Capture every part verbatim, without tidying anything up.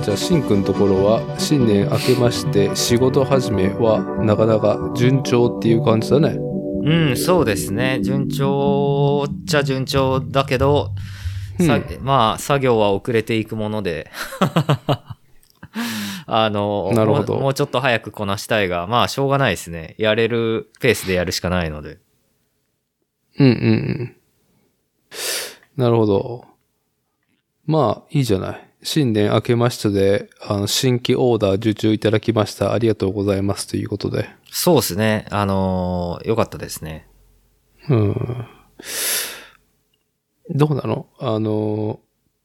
じゃあしんくんのところは新年明けまして仕事始めはなかなか順調っていう感じだね。 うん、そうですね。順調っちゃ順調だけど、 うんさまあ作業は遅れていくものであのなるほどもう、もうちょっと早くこなしたいが、まあしょうがないですね。やれるペースでやるしかないので。 うんうんうん。なるほど。まあいいじゃない。新年明けましてで、あの新規オーダー受注いただきました。ありがとうございますということで。 そうですね。あのー、よかったですね。 うん。どうなの？あの、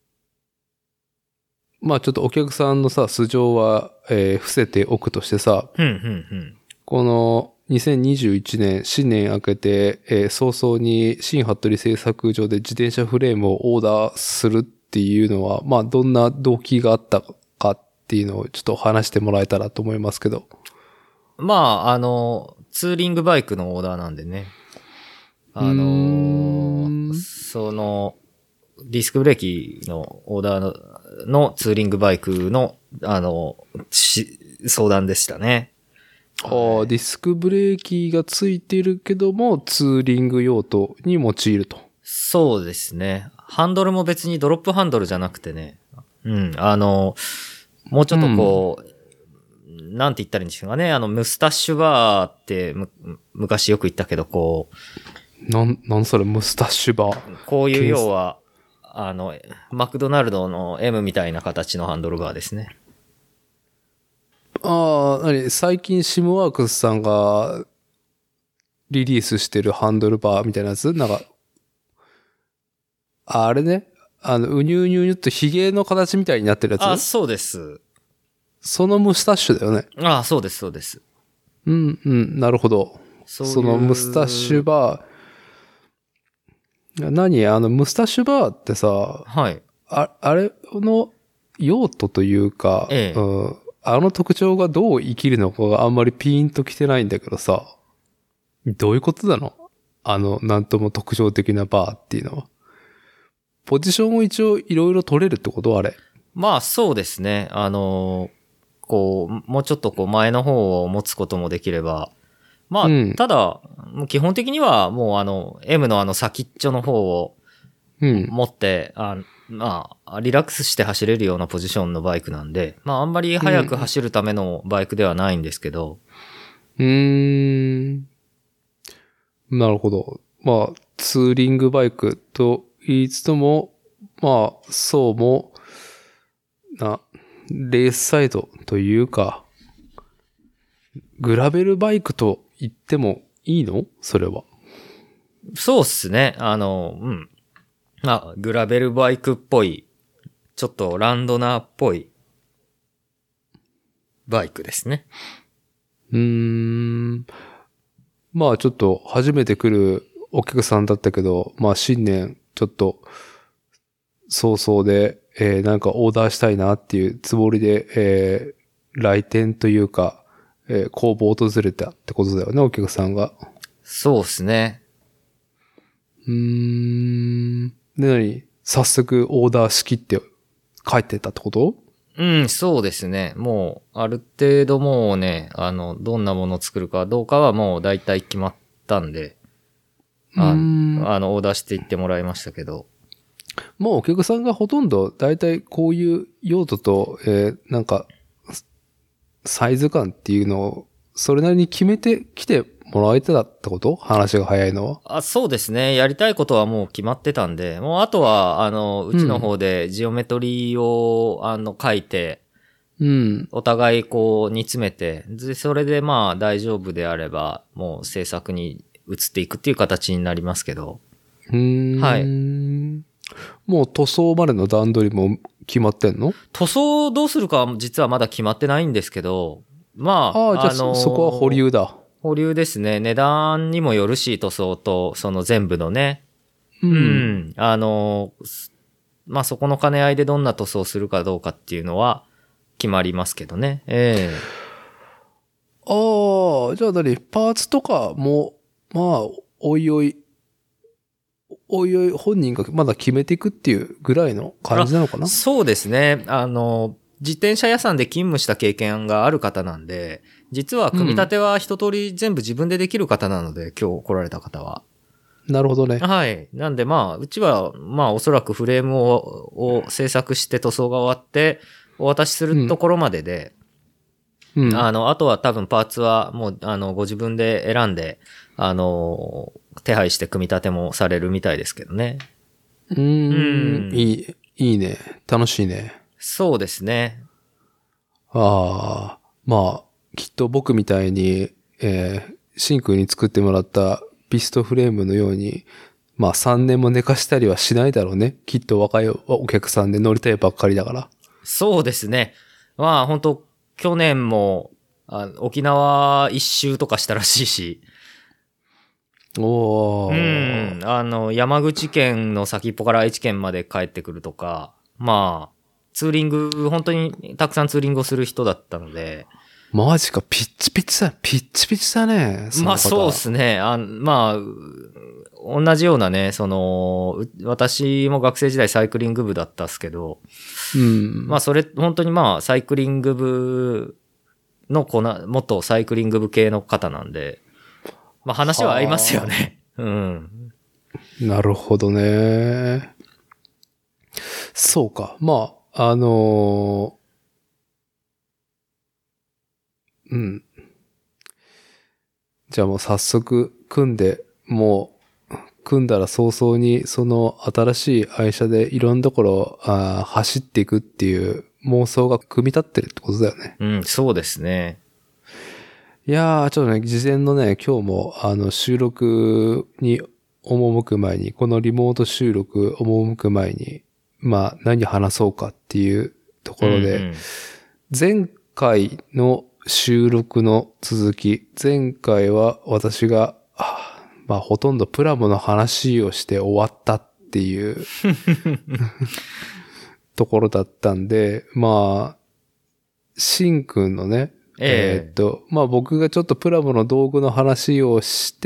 まあちょっとお客さんのさ、素性は、えー伏せておくとしてさ、 ふんふんふん。 このにせんにじゅういちねん新年明けて、えー早々に新服部製作所で自転車フレームをオーダーするっていうのは、まあどんな動機があったかっていうのをちょっと話してもらえたらと思いますけど。 まあ、あの、ツーリングバイクのオーダーなんでね。あのうーんその、ディスクブレーキのオーダーののツーリングバイクの、あの、し相談でしたね。 ああ、ディスクブレーキがついてるけども、ツーリング用途に用いると。 そうですね。ハンドルも別にドロップハンドルじゃなくてね。うん。あの、もうちょっとこう、なんて言ったらいいんですかね。あの、ムスタッシュバーってむ昔よく言ったけど、こなん、なんそれ、ムスタッシュバー。 う、こういう要は、あの、マクドナルドの M みたいな形のハンドルバーですね。 ああ、なに、最近シムワークスさんがリリースしてるハンドルバーみたいなやつなんか、ああれね。あの、うにゅうにゅうにゅっとヒゲの形みたいになってるやあ、 つそうです。 そのムスタッシュだよね。 あ、そうです、そうです。 うんうん、なるほど。 そういうそのムスタッシュバー。何あの、ムスタッシュバーってさ、 はい。 あ、あれの用途というか、 ええうん、あの特徴がどう生きるのかがあんまりピンときてないんだけどさ、どういうことなの？あの、なんとも特徴的なバーっていうのは。ポジションを一応いろいろ取れるってことあれ。 まあ、そうですね。あの、こう、もうちょっとこう前の方を持つこともできれば、まあ、 うんただ、もう基本的にはもうあの、M のあの先っちょの方をうん。 持って、あまあ、リラックスして走れるようなポジションのバイクなんで、まあ、あんまり速く走るためのバイクではないんですけど、 うーん。なるほど。まあ、ツーリングバイクと言いつつも、まあ、そうも、な、レースサイドというか、グラベルバイクと言ってもいいの？それは。 そうっすね。あの、うん。まあ、グラベルバイクっぽい、ちょっとランドナーっぽいバイクですね。 うーん。まあちょっと初めて来るお客さんだったけど、まあ新年ちょっと早々で、えーなんかオーダーしたいなっていうつもりで、えー来店というか、えー工房を訪れたってことだよね、お客さんが。 そうっすね。 うーん。で、何早速オーダーしきって帰ってたってこと？ うん、そうですね。もう、ある程度もうね、あの、どんなものを作るかどうかはもう大体決まったんで、あうーんあの、オーダーしていってもらいましたけど。 もうお客さんがほとんど大体こういう用途と、えーなんか、サイズ感っていうのを、それなりに決めてきてもらえてたってこと？話が早いのは。 あ、そうですね。やりたいことはもう決まってたんで、もうあとは、あの、うちの方でジオメトリーを、あの、書いて、 うん。 お互いこう煮詰めて、でそれでまあ大丈夫であれば、もう制作に移っていくっていう形になりますけど。 うーん。 はいもう塗装までの段取りも決まってんの？ 塗装どうするかは実はまだ決まってないんですけど、まあ、 ああ、じゃあ、 のーそそこは保留だ。 保留ですね。値段にもよるし、塗装と、その全部のね。 う。 うんん。あのーすまあそこの兼ね合いでどんな塗装するかどうかっていうのは決まりますけどね。ええああ、じゃあ何パーツとかも、まあ、おいおい、おいおい本人がまだ決めていくっていうぐらいの感じなのかな？ そうですね。あの、 自転車屋さんで勤務した経験がある方なんで、実は組み立ては一通り全部自分でできる方なので、今日来られた方は。 なるほどね。 はい。なんでまあ、うちは、まあおそらくフレームを、を制作して塗装が終わって、お渡しするところまでで、 うん。 あの、あとは多分パーツはもう、あの、ご自分で選んで、あの、手配して組み立てもされるみたいですけどね。 うーん。いい、いいね。楽しいね。 そうですね。 ああ、まあ、きっと僕みたいに、えー、シンくんに作ってもらったピストフレームのように、まあさんねんも寝かしたりはしないだろうね。きっと若いお客さんで乗りたいばっかりだから。 そうですね。まあ本当去年もあ沖縄一周とかしたらしいし。 おー。 うん。あの、山口県の先っぽから愛知県まで帰ってくるとか、まあ、ツーリング、本当にたくさんツーリングをする人だったので。 マジか、ピッチピチだ、ピッチピチだね。 まあそうですね。あまあ、同じようなね、その、私も学生時代サイクリング部だったっすけど、 うん。 まあそれ、本当にまあサイクリング部の子な、元サイクリング部系の方なんで、まあ話は合いますよね。うん。 なるほどね。そうか。まあ、あのーうん。じゃあもう早速組んで、もう組んだら早々にその新しい愛車でいろんなところあ走っていくっていう妄想が組み立ってるってことだよね。 うん、そうですね。 いやー、ちょっとね、事前のね、今日もあの収録に赴く前に、このリモート収録赴く前に、まあ何話そうかっていうところで、 うんうん、 前回の収録の続き、前回は私が、まあほとんどプラモの話をして終わったっていうところだったんで、まあ、シンくんのね、えー、っと、まあ僕がちょっとプラモの道具の話をして、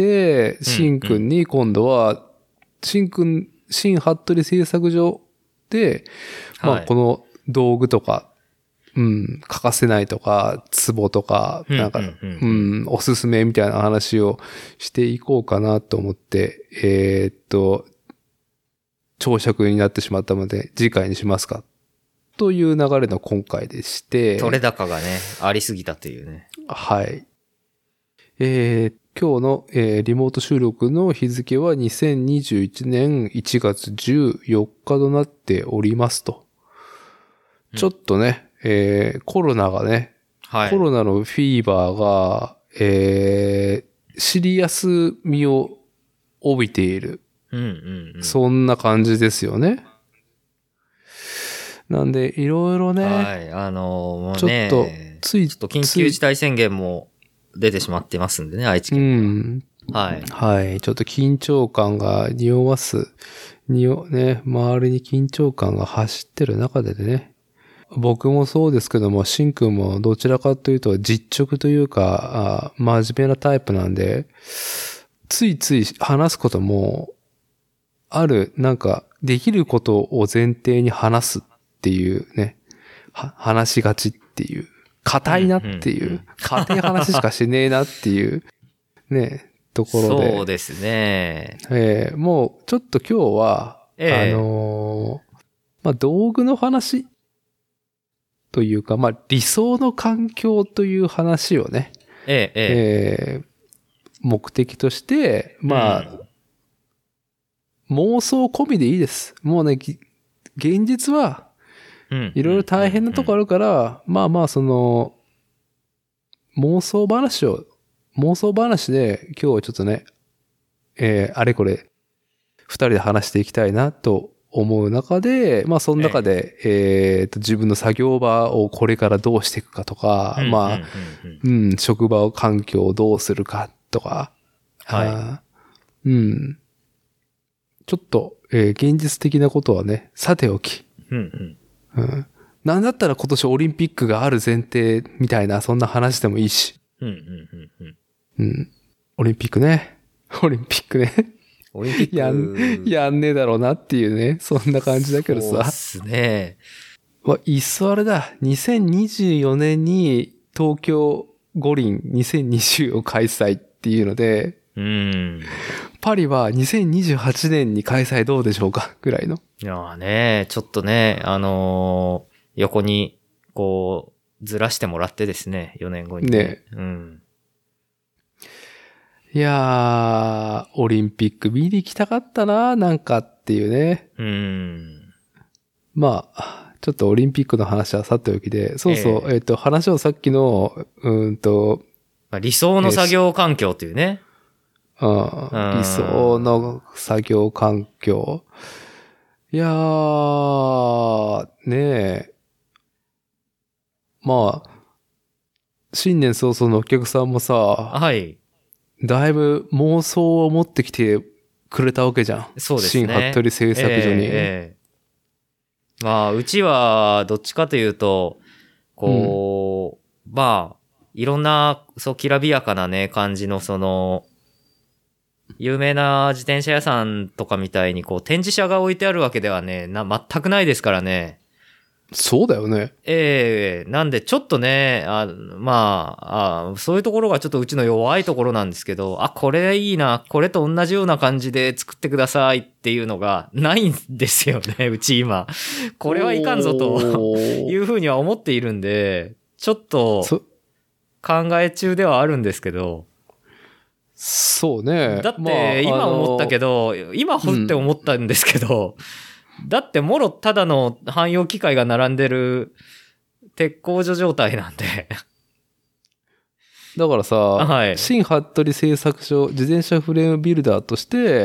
シンくんに今度は、シンくん、シンハットリ製作所で、まあこの道具とか、うん、欠かせないとか、ツボとか、なんか、うん、おすすめみたいな話をしていこうかなと思って、えー、っと、長尺になってしまったので、次回にしますか。という流れの今回でして。 取れ高がね、ありすぎたというね。 はい。えー、今日の、えー、リモート収録の日付はにせんにじゅういちねんいちがつじゅうよっかとなっておりますと。うん、ちょっとね、えー、コロナがね、はい、コロナのフィーバーが、えー、シリアス味を帯びている。 うんうんうん、 そんな感じですよね。なんで、いろいろね。 はい、あのー、もうね、 ちょっと、つい、 ちょっと緊急事態宣言も出てしまってますんでね、愛知県は。うん。はい。 はい。ちょっと緊張感が匂わす、匂、ね、周りに緊張感が走ってる中でね。僕もそうですけども、シンくんもどちらかというと実直というか、あ真面目なタイプなんで、ついつい話すことも、ある、なんか、できることを前提に話すっていうね、は話しがちっていう、硬いなっていう、硬い話しかしねえなっていう、ね、ところで。 そうですね。 えー、もう、ちょっと今日は、えー、あのー、まあ、道具の話というか、まあ、理想の環境という話をね、 えええー、目的として、まあ、うん、妄想込みでいいです。もうね、現実は、いろいろ大変なとこあるから、まあまあ、その、妄想話を、妄想話で今日はちょっとね、えー、あれこれ、二人で話していきたいなと思う中で、まあその中で、えー、えーと自分の作業場をこれからどうしていくかとか、うん、まあ、うん、職場環境をどうするかとか、はい、うん、ちょっと、えー、現実的なことはね、さておき、 うんうんうん、なんだったら今年オリンピックがある前提みたいなそんな話でもいいし、 うんうんうんうんうん、オリンピックね、オリンピックね。 オリンピックやん、やんねえだろうなっていうね。そんな感じだけどさ。 そうですね。 わ、いっそあれだ。にせんにじゅうよねんに東京五輪にせんにじゅうを開催っていうので、 うん。 パリはにせんにじゅうはちねんに開催どうでしょうかぐらいの。 いやーね、ちょっとね、あのー横に、こう、ずらしてもらってですね、よねんごにね。 ねうん。 いやー、オリンピック見に行きたかったな、なんかっていうね。 うん。 まあ、ちょっとオリンピックの話はさておきで、そうそう、えっ、 ええと、話をさっきの、うーんと、 まあ、理想の作業環境というね。 うんうん理想の作業環境。いやー、ねえ。まあ、新年早々のお客さんもさ、 はい。 だいぶ妄想を持ってきてくれたわけじゃん。 そうですね。 新服部製作所に。 ええええまあ、うちは、どっちかというと、こう、まあ、いろんな、そう、きらびやかなね、感じの、その、有名な自転車屋さんとかみたいに、こう、展示車が置いてあるわけではね、な、全くないですからね。 そうだよね。 ええなんで、ちょっとね、あまああ、そういうところがちょっとうちの弱いところなんですけど、あ、これいいな、これと同じような感じで作ってくださいっていうのがないんですよね、うち今。これはいかんぞというふうには思っているんで、ちょっとそ、 考え中ではあるんですけど、 そうね。 だって今思ったけど、今ふって思ったんですけど、だってもろただの汎用機械が並んでる鉄工所状態なんで。 だからさ、 はい。 新服部製作所自転車フレームビルダーとして、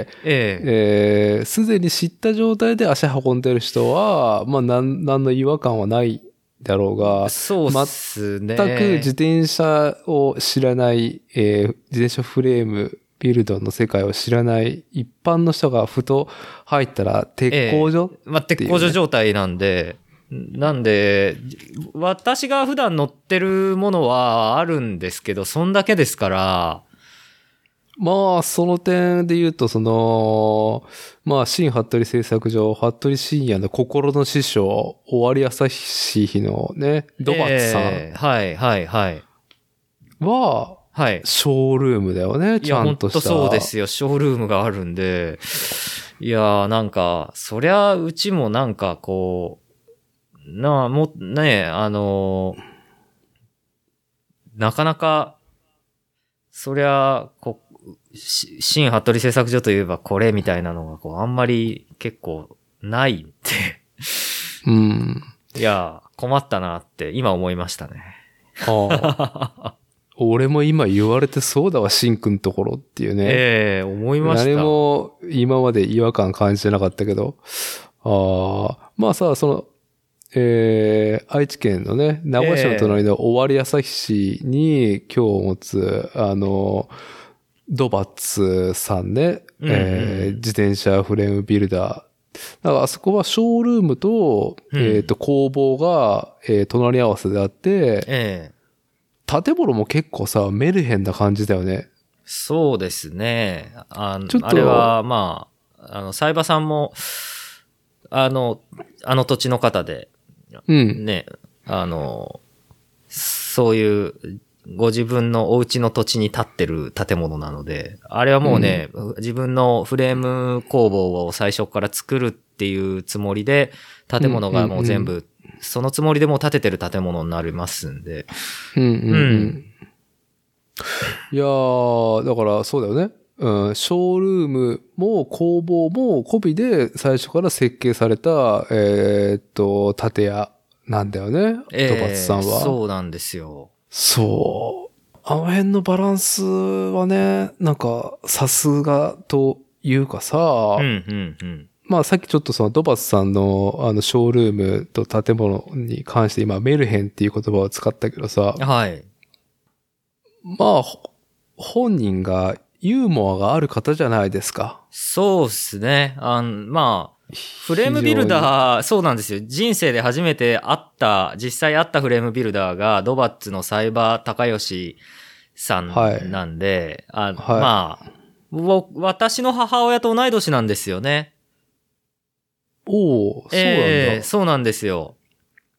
えええー、すでに知った状態で足運んでる人は、まあ、なん、なんの違和感はないだろうが、 そうっすね。 全く自転車を知らない、えー、自転車フレームビルドの世界を知らない一般の人がふと入ったら鉄工所、 ええまあ、鉄工所状態なんで、なんで、私が普段乗ってるものはあるんですけど、そんだけですから、 まあ、その点で言うと、その、まあ、新服部製作所、服部深夜の心の師匠、終わり朝日のね、ドバッツさんええはいはいはい。 は、 はい。 ショールームだよね、 いや、 ちゃんとした。 ほんとそうですよ。ショールームがあるんで。いやー、なんか、そりゃ、うちもなんかこう、なあ、も、ねあのーなかなか、そりゃ、こう、し新服部製作所といえばこれみたいなのが、こう、あんまり結構ないんで。 うん。 いやー、困ったなって今思いましたね。 ああ。俺も今言われてそうだわ、シンくんところっていうね。 ええ思いました。 何も今まで違和感感じてなかったけど。ああ。まあさ、その、えー、愛知県のね、名古屋市の隣の尾張旭市に今日持つ、あの、ドバッツさんね、 うんうんえー自転車フレームビルダー。だからあそこはショールームと、 うんえっ、と、工房が、えー隣り合わせであって、 ええ建物も結構さ、メルヘンな感じだよね。 そうですね。あちょっとあれは、まあ、あの、サイバさんも、あの、あの土地の方で、 うん。 ね、あの、そういう、ご自分のお家の土地に建ってる建物なので、あれはもうね、自分のフレーム工房を最初から作るっていうつもりで、建物がもう全部、そのつもりでもう建ててる建物になりますんで。 うんうんうん。 うんいやー、だからそうだよね。うん、ショールームも工房も込みで最初から設計された、えーっと、建屋なんだよね。 えドバツさんは。 そうなんですよ。 そう。あの辺のバランスはね、なんか、さすがというかさ、 うん、うん、うん。 まあさっきちょっとそのドバツさんのあのショールームと建物に関して今メルヘンっていう言葉を使ったけどさ、 はい。 まあ、ほ本人がユーモアがある方じゃないですか。 そうっすね。あの、まあ、フレームビルダー、そうなんですよ。人生で初めて会った、実際会ったフレームビルダーが、ドバッツのサイバー高吉さんなんで、はい、あはい、 まあ、私の母親と同い年なんですよね。 おお、そうなんだ、 えー。そうなんですよ。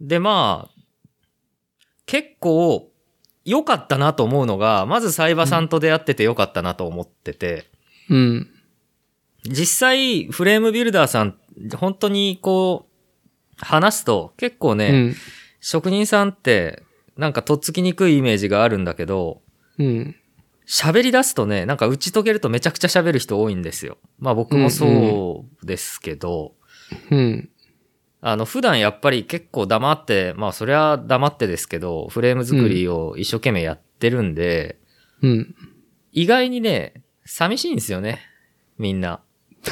で、まあ、結構良かったなと思うのが、まずサイバさんと出会ってて良かったなと思ってて、 うん。 実際、フレームビルダーさん、本当にこう、話すと結構ね、 うん。 職人さんってなんかとっつきにくいイメージがあるんだけど、 うん。 喋り出すとね、なんか打ち解けるとめちゃくちゃ喋る人多いんですよ。まあ僕もそうですけど、 うん。 あの普段やっぱり結構黙って、まあそれは黙ってですけど、フレーム作りを一生懸命やってるんで、 うん。 意外にね、寂しいんですよね。みんな。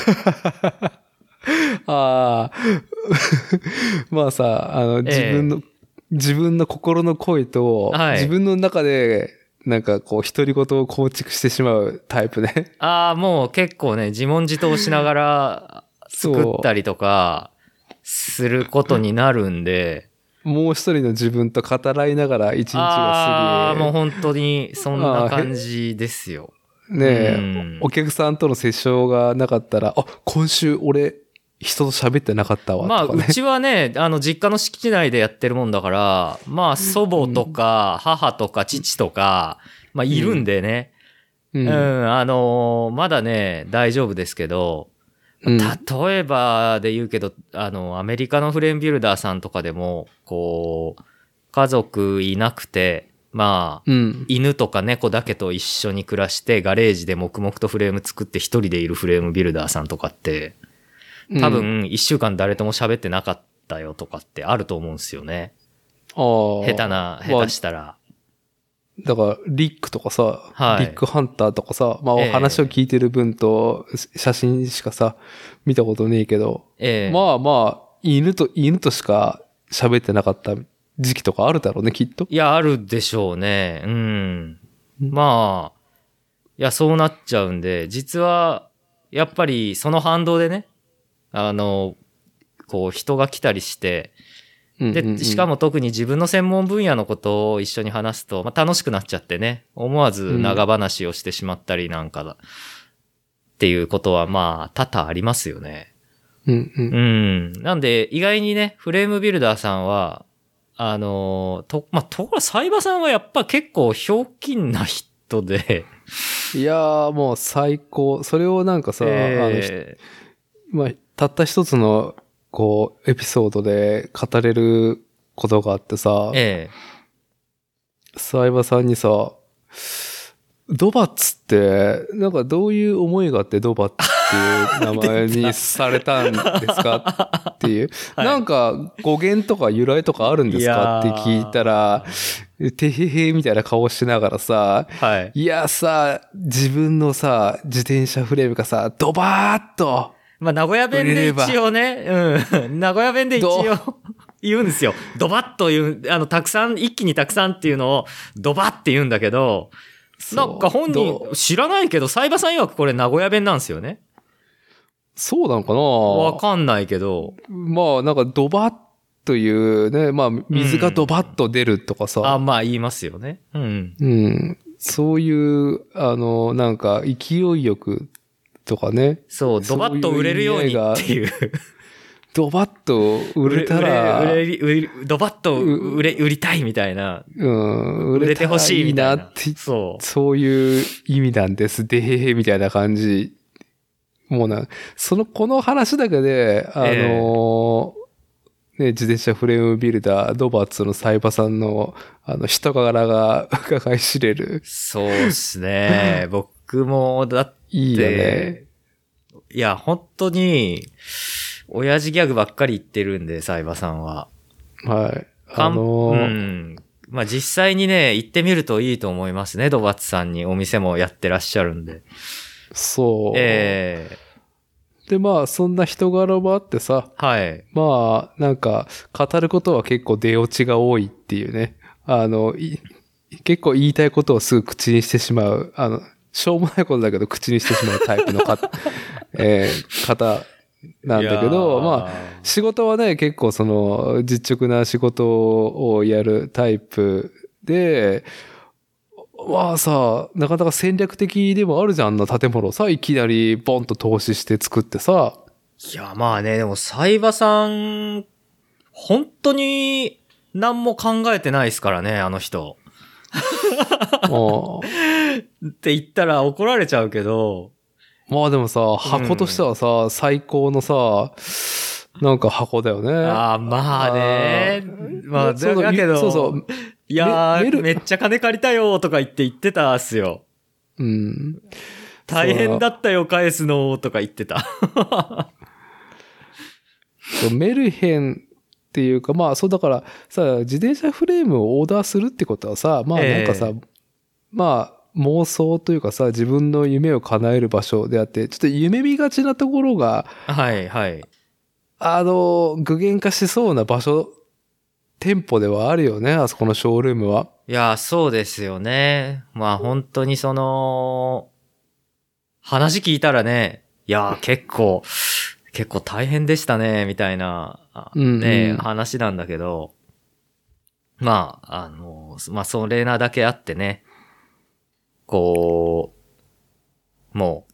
ああ、まあさ、あの、 ええ自分の、自分の心の声と、 はい自分の中で、なんかこう、独り言を構築してしまうタイプね。 ああ、もう結構ね、自問自答しながら作ったりとか、することになるんで、 もう一人の自分と語らいながら一日がああ、 過ぎ、 もう本当にそんな感じですよ。 ねえ、 うんお客さんとの接触がなかったら、あ、今週俺、人と喋ってなかったわ、 まあ、 とかね。 うちはね、あの、実家の敷地内でやってるもんだから、まあ、祖母とか、母とか、父とか、まあ、いるんでね。 ううん、 ん。 あのーまだね、大丈夫ですけど、 うん。 例えばで言うけど、あの、アメリカのフレームビルダーさんとかでも、こう、家族いなくて、まあ、 うん。 犬とか猫だけと一緒に暮らして、ガレージで黙々とフレーム作って一人でいるフレームビルダーさんとかって、多分一週間誰とも喋ってなかったよとかってあると思うんですよね。 ああ。 下手な、下手したら。 だから、リックとかさ、 はいリックハンターとかさ、まあええ話を聞いてる分と、写真しかさ、見たことねえけど、 ええまあまあ、犬と、犬としか喋ってなかった時期とかあるだろうね、きっと。 いや、あるでしょうね。うん。まあ、いや、そうなっちゃうんで、実は、やっぱりその反動でね、あの、こう人が来たりして、で、しかも、 も特に自分の専門分野のことを一緒に話すと、まあ、楽しくなっちゃってね、思わず長話をしてしまったりなんかだ、っていうことはまあ、多々ありますよね。 うんうん。 うん。なんで、意外にね、フレームビルダーさんは、あの、と、まあ、ところ、サイバさんはやっぱ結構ひょうきんな人で、 いやーもう最高。それをなんかさ、 えあの、まあ、たった一つの、こう、エピソードで語れることがあってさー、えサイバさんにさ、ドバッツって、なんかどういう思いがあってドバッツっていう名前にされたんですかっていう。 はいなんか語源とか由来とかあるんですかって聞いたら、てへへみたいな顔しながらさ、 ー、はい。 いやさ、自分のさ、自転車フレームがさ、ドバーッと、 まあ、名古屋弁で一応ね、うん。名古屋弁で一応言うんですよ。ドバッと言う、あの、たくさん、一気にたくさんっていうのを、ドバって言うんだけど、なんか本人知らないけど、サイバさん曰くこれ名古屋弁なんですよね。 そうなのかなわかんないけど。 まあ、なんかドバッというね、まあ、水がドバッと出るとかさ、 あ、まあ言いますよね。うん。 うん。そういう、あの、なんか、勢いよくとかね。 そう、ドバッと売れるようにっていう。 ドバッと売れたら、 売れ、売れ、売れ、ドバッと売れ、売りたいみたいな。 うん、 売れてほしいみたいな。 って、 そう。 そういう意味なんです。でへへみたいな感じ。もうな、その、この話だけで、あの、ね、自転車フレームビルダー、ドバッツのサイバさんの、あの、人柄が伺い知れる。 そうですね。僕も、だって、 いいよね。 いや、本当に、親父ギャグばっかり言ってるんで、サイバさんは。 はい。 あのー、 うん。まあ、実際にね、行ってみるといいと思いますね、ドバッツさんにお店もやってらっしゃるんで。 そう。 ええー、で、まあ、そんな人柄もあってさ、 はい。 まあ、なんか、語ることは結構出落ちが多いっていうね。あの、結構言いたいことをすぐ口にしてしまう。あの、しょうもないことだけど口にしてしまうタイプのか、えー、方なんだけど、まあ、仕事はね、結構その、実直な仕事をやるタイプで、まあさ、なかなか戦略的でもあるじゃん、あんな建物さ、いきなりボンと投資して作ってさ。 いや、まあね、でも、サイバさん、本当に、 何も考えてないですからね、あの人。 あって言ったら怒られちゃうけど。 まあでもさ、箱としてはさ、うん、最高のさ、なんか箱だよね。 ああ、まあね。まあ、だけど、そうそう。いやー、めっちゃ金借りたよとか言って言ってたっすよ。 うん。 大変だったよ、返すのとか言ってた。 メルヘンっていうか、まあそうだからさ、自転車フレームをオーダーするってことはさ、まあなんかさ、えー、まあ妄想というかさ、自分の夢を叶える場所であって、ちょっと夢見がちなところが、 はいはい。 あの、具現化しそうな場所、店舗ではあるよね、あそこのショールームは。 いや、そうですよね。まあ本当にその、話聞いたらね、いや、結構、結構大変でしたね、みたいな、ね、うんうん、話なんだけど、まあ、あの、まあそれなだけあってね、こう、も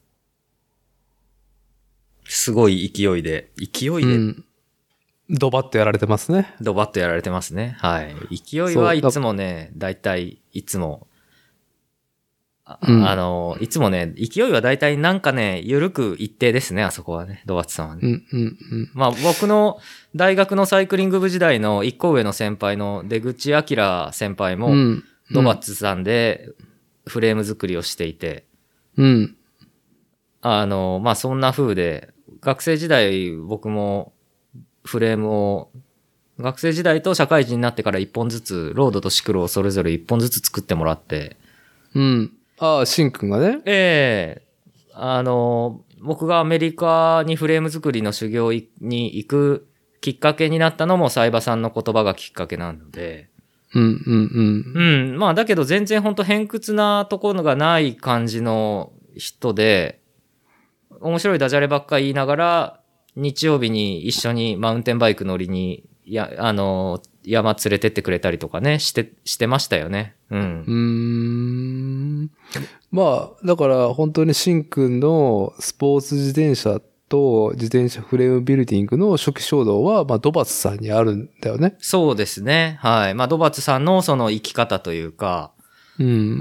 う、すごい勢いで、勢いで、うん、 ドバッとやられてますね。 ドバッとやられてますね。はい。勢いはいつもね、だいたい、いつも、あ、うん、あの、いつもね、勢いはだいたいなんかね、緩く一定ですね、あそこはね、ドバッツさんはね。 うんうんうん、 まあ僕の大学のサイクリング部時代の一個上の先輩の出口明先輩も、ドバッツさんでフレーム作りをしていて、 うん。 あの、まあそんな風で、学生時代僕もフレームを、学生時代と社会人になってから一本ずつ、ロードとシクロをそれぞれ一本ずつ作ってもらって。 うん。ああ、シンくんがね。 ええー、あの、僕がアメリカにフレーム作りの修行に行くきっかけになったのもサイバさんの言葉がきっかけなので。 うんうんうん。うん。まあだけど全然ほんと偏屈なところがない感じの人で、面白いダジャレばっかり言いながら、日曜日に一緒にマウンテンバイク乗りに、や、あの、山連れてってくれたりとかね、して、してましたよね。うん。 うーん。まあ、だから本当にシンくんのスポーツ自転車と自転車フレームビルディングの初期衝動は、まあ、ドバツさんにあるんだよね。 そうですね。はい。まあ、ドバツさんのその生き方というか、 うん。 うん。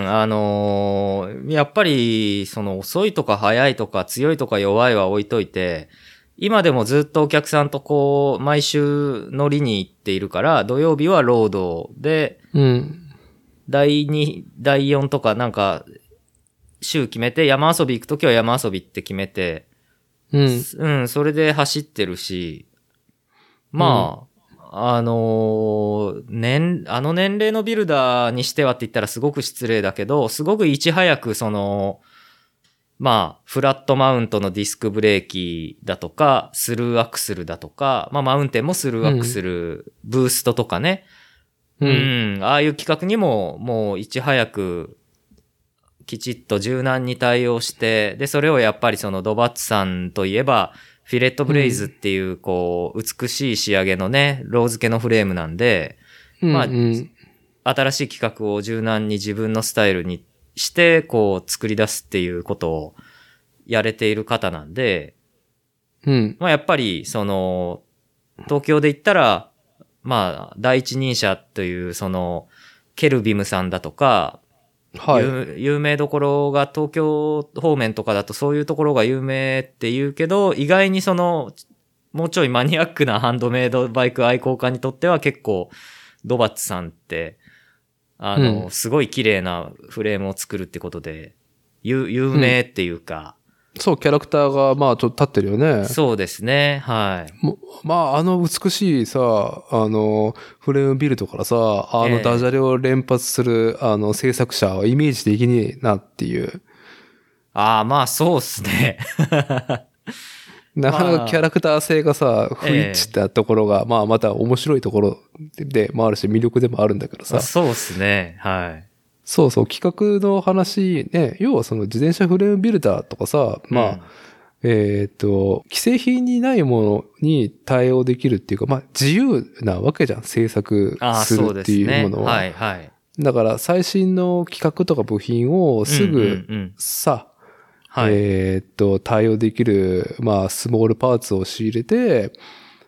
あのー、やっぱり、その遅いとか速いとか強いとか弱いは置いといて、今でもずっとお客さんとこう、毎週乗りに行っているから、土曜日はロードで、 うん。 だいに、だいよんとかなんか、週決めて、山遊び行くときは山遊びって決めて、 うん。 うん、それで走ってるし、まあ、うん、あのー、年、あの年齢のビルダーにしてはって言ったらすごく失礼だけど、すごくいち早くその、まあ、フラットマウントのディスクブレーキだとか、スルーアクスルだとか、まあ、マウンテンもスルーアクスル、うん、ブーストとかね。うん、うん。ああいう企画にも、もういち早く、きちっと柔軟に対応して、で、それをやっぱりそのドバッツさんといえば、フィレットブレイズっていう、こう、美しい仕上げのね、ロー付けのフレームなんで、 うんうん、 まあ、新しい企画を柔軟に自分のスタイルにして、こう、作り出すっていうことをやれている方なんで、 うん。 まあ、やっぱり、その、東京で言ったら、まあ、第一人者という、その、ケルビムさんだとか、 はい、 有名どころが東京方面とかだとそういうところが有名って言うけど、意外にその、もうちょいマニアックなハンドメイドバイク愛好家にとっては結構、ドバッツさんって、あの、うん、すごい綺麗なフレームを作るってことで、有、有名っていうか、 うん、そう、キャラクターがまあちょっと立ってるよね。 そうですね、はい。 まあ、あの美しいさ、あの、フレームビルドからさ、あのダジャレを連発する、あの制作者はイメージできねえなっていう。 ああ、まあそうっすね。 なかなかキャラクター性がさ、不一致ったところが、ええ、まあまた面白いところでもあるし、魅力でもあるんだけどさ。 そうっすね、はい。 そうそう、企画の話ね、要はその自転車フレームビルダーとかさ、まあ、うん、えっと、既製品にないものに対応できるっていうか、まあ自由なわけじゃん、制作するっていうものは。 はいはい。 だから最新の企画とか部品をすぐさ、うんうんうんはい、えっと、対応できる、まあ、スモールパーツを仕入れて、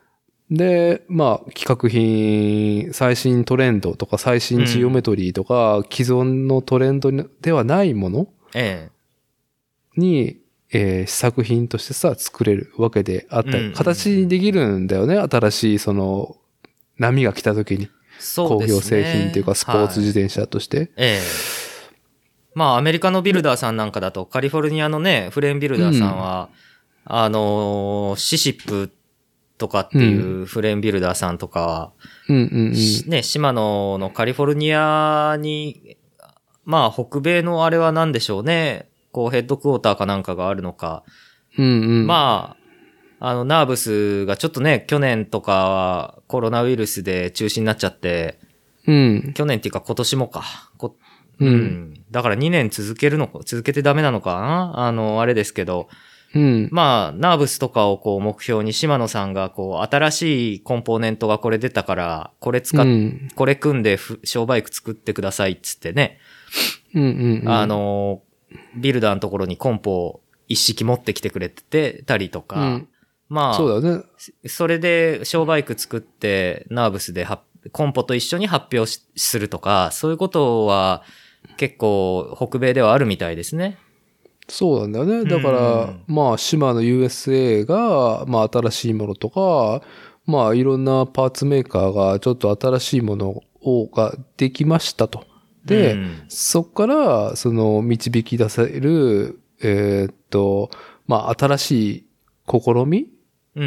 で、まあ、企画品、最新トレンドとか最新ジオメトリーとか、既存のトレンドではないものええ。 に、えー試作品としてさ、作れるわけであったり、 うんうん形にできるんだよね。新しい、その、波が来た時に。 そうですね。 工業製品っていうか、スポーツ自転車として。 はい、ええ。まあ、アメリカのビルダーさんなんかだと、カリフォルニアのね、フレームビルダーさんは、うん、あのー、シシップとかっていうフレームビルダーさんとかは、 うんうんうん、 ね、島野のカリフォルニアに、まあ、北米のあれは何でしょうね。こう、ヘッドクォーターかなんかがあるのか。 うんうん、 まあ、あの、ナーブスがちょっとね、去年とかはコロナウイルスで中止になっちゃって、 うん、 去年っていうか今年もか。こうん、 うん。だからにねん続けるのか、続けてダメなのかなあの、あれですけど。 うん、 まあ、ナーブスとかをこう目標に島野さんがこう、新しいコンポーネントがこれ出たから、これ使っ、うん、これ組んで小バイク作ってくださいっつってね。 うんうんうん、 あの、ビルダーのところにコンポを一式持ってきてくれてたりとか。うん、まあ、 そうだね。 それで小バイク作ってナーブスでコンポと一緒に発表するとか、そういうことは結構北米ではあるみたいですね。 そうなんだよね。だから、うん、まあ、島の ユーエスエー が、まあ、新しいものとか、まあ、いろんなパーツメーカーがちょっと新しいものをができましたと。で、うん、そこから、その、導き出せる、えー、っと、まあ、新しい試みうんうんうん。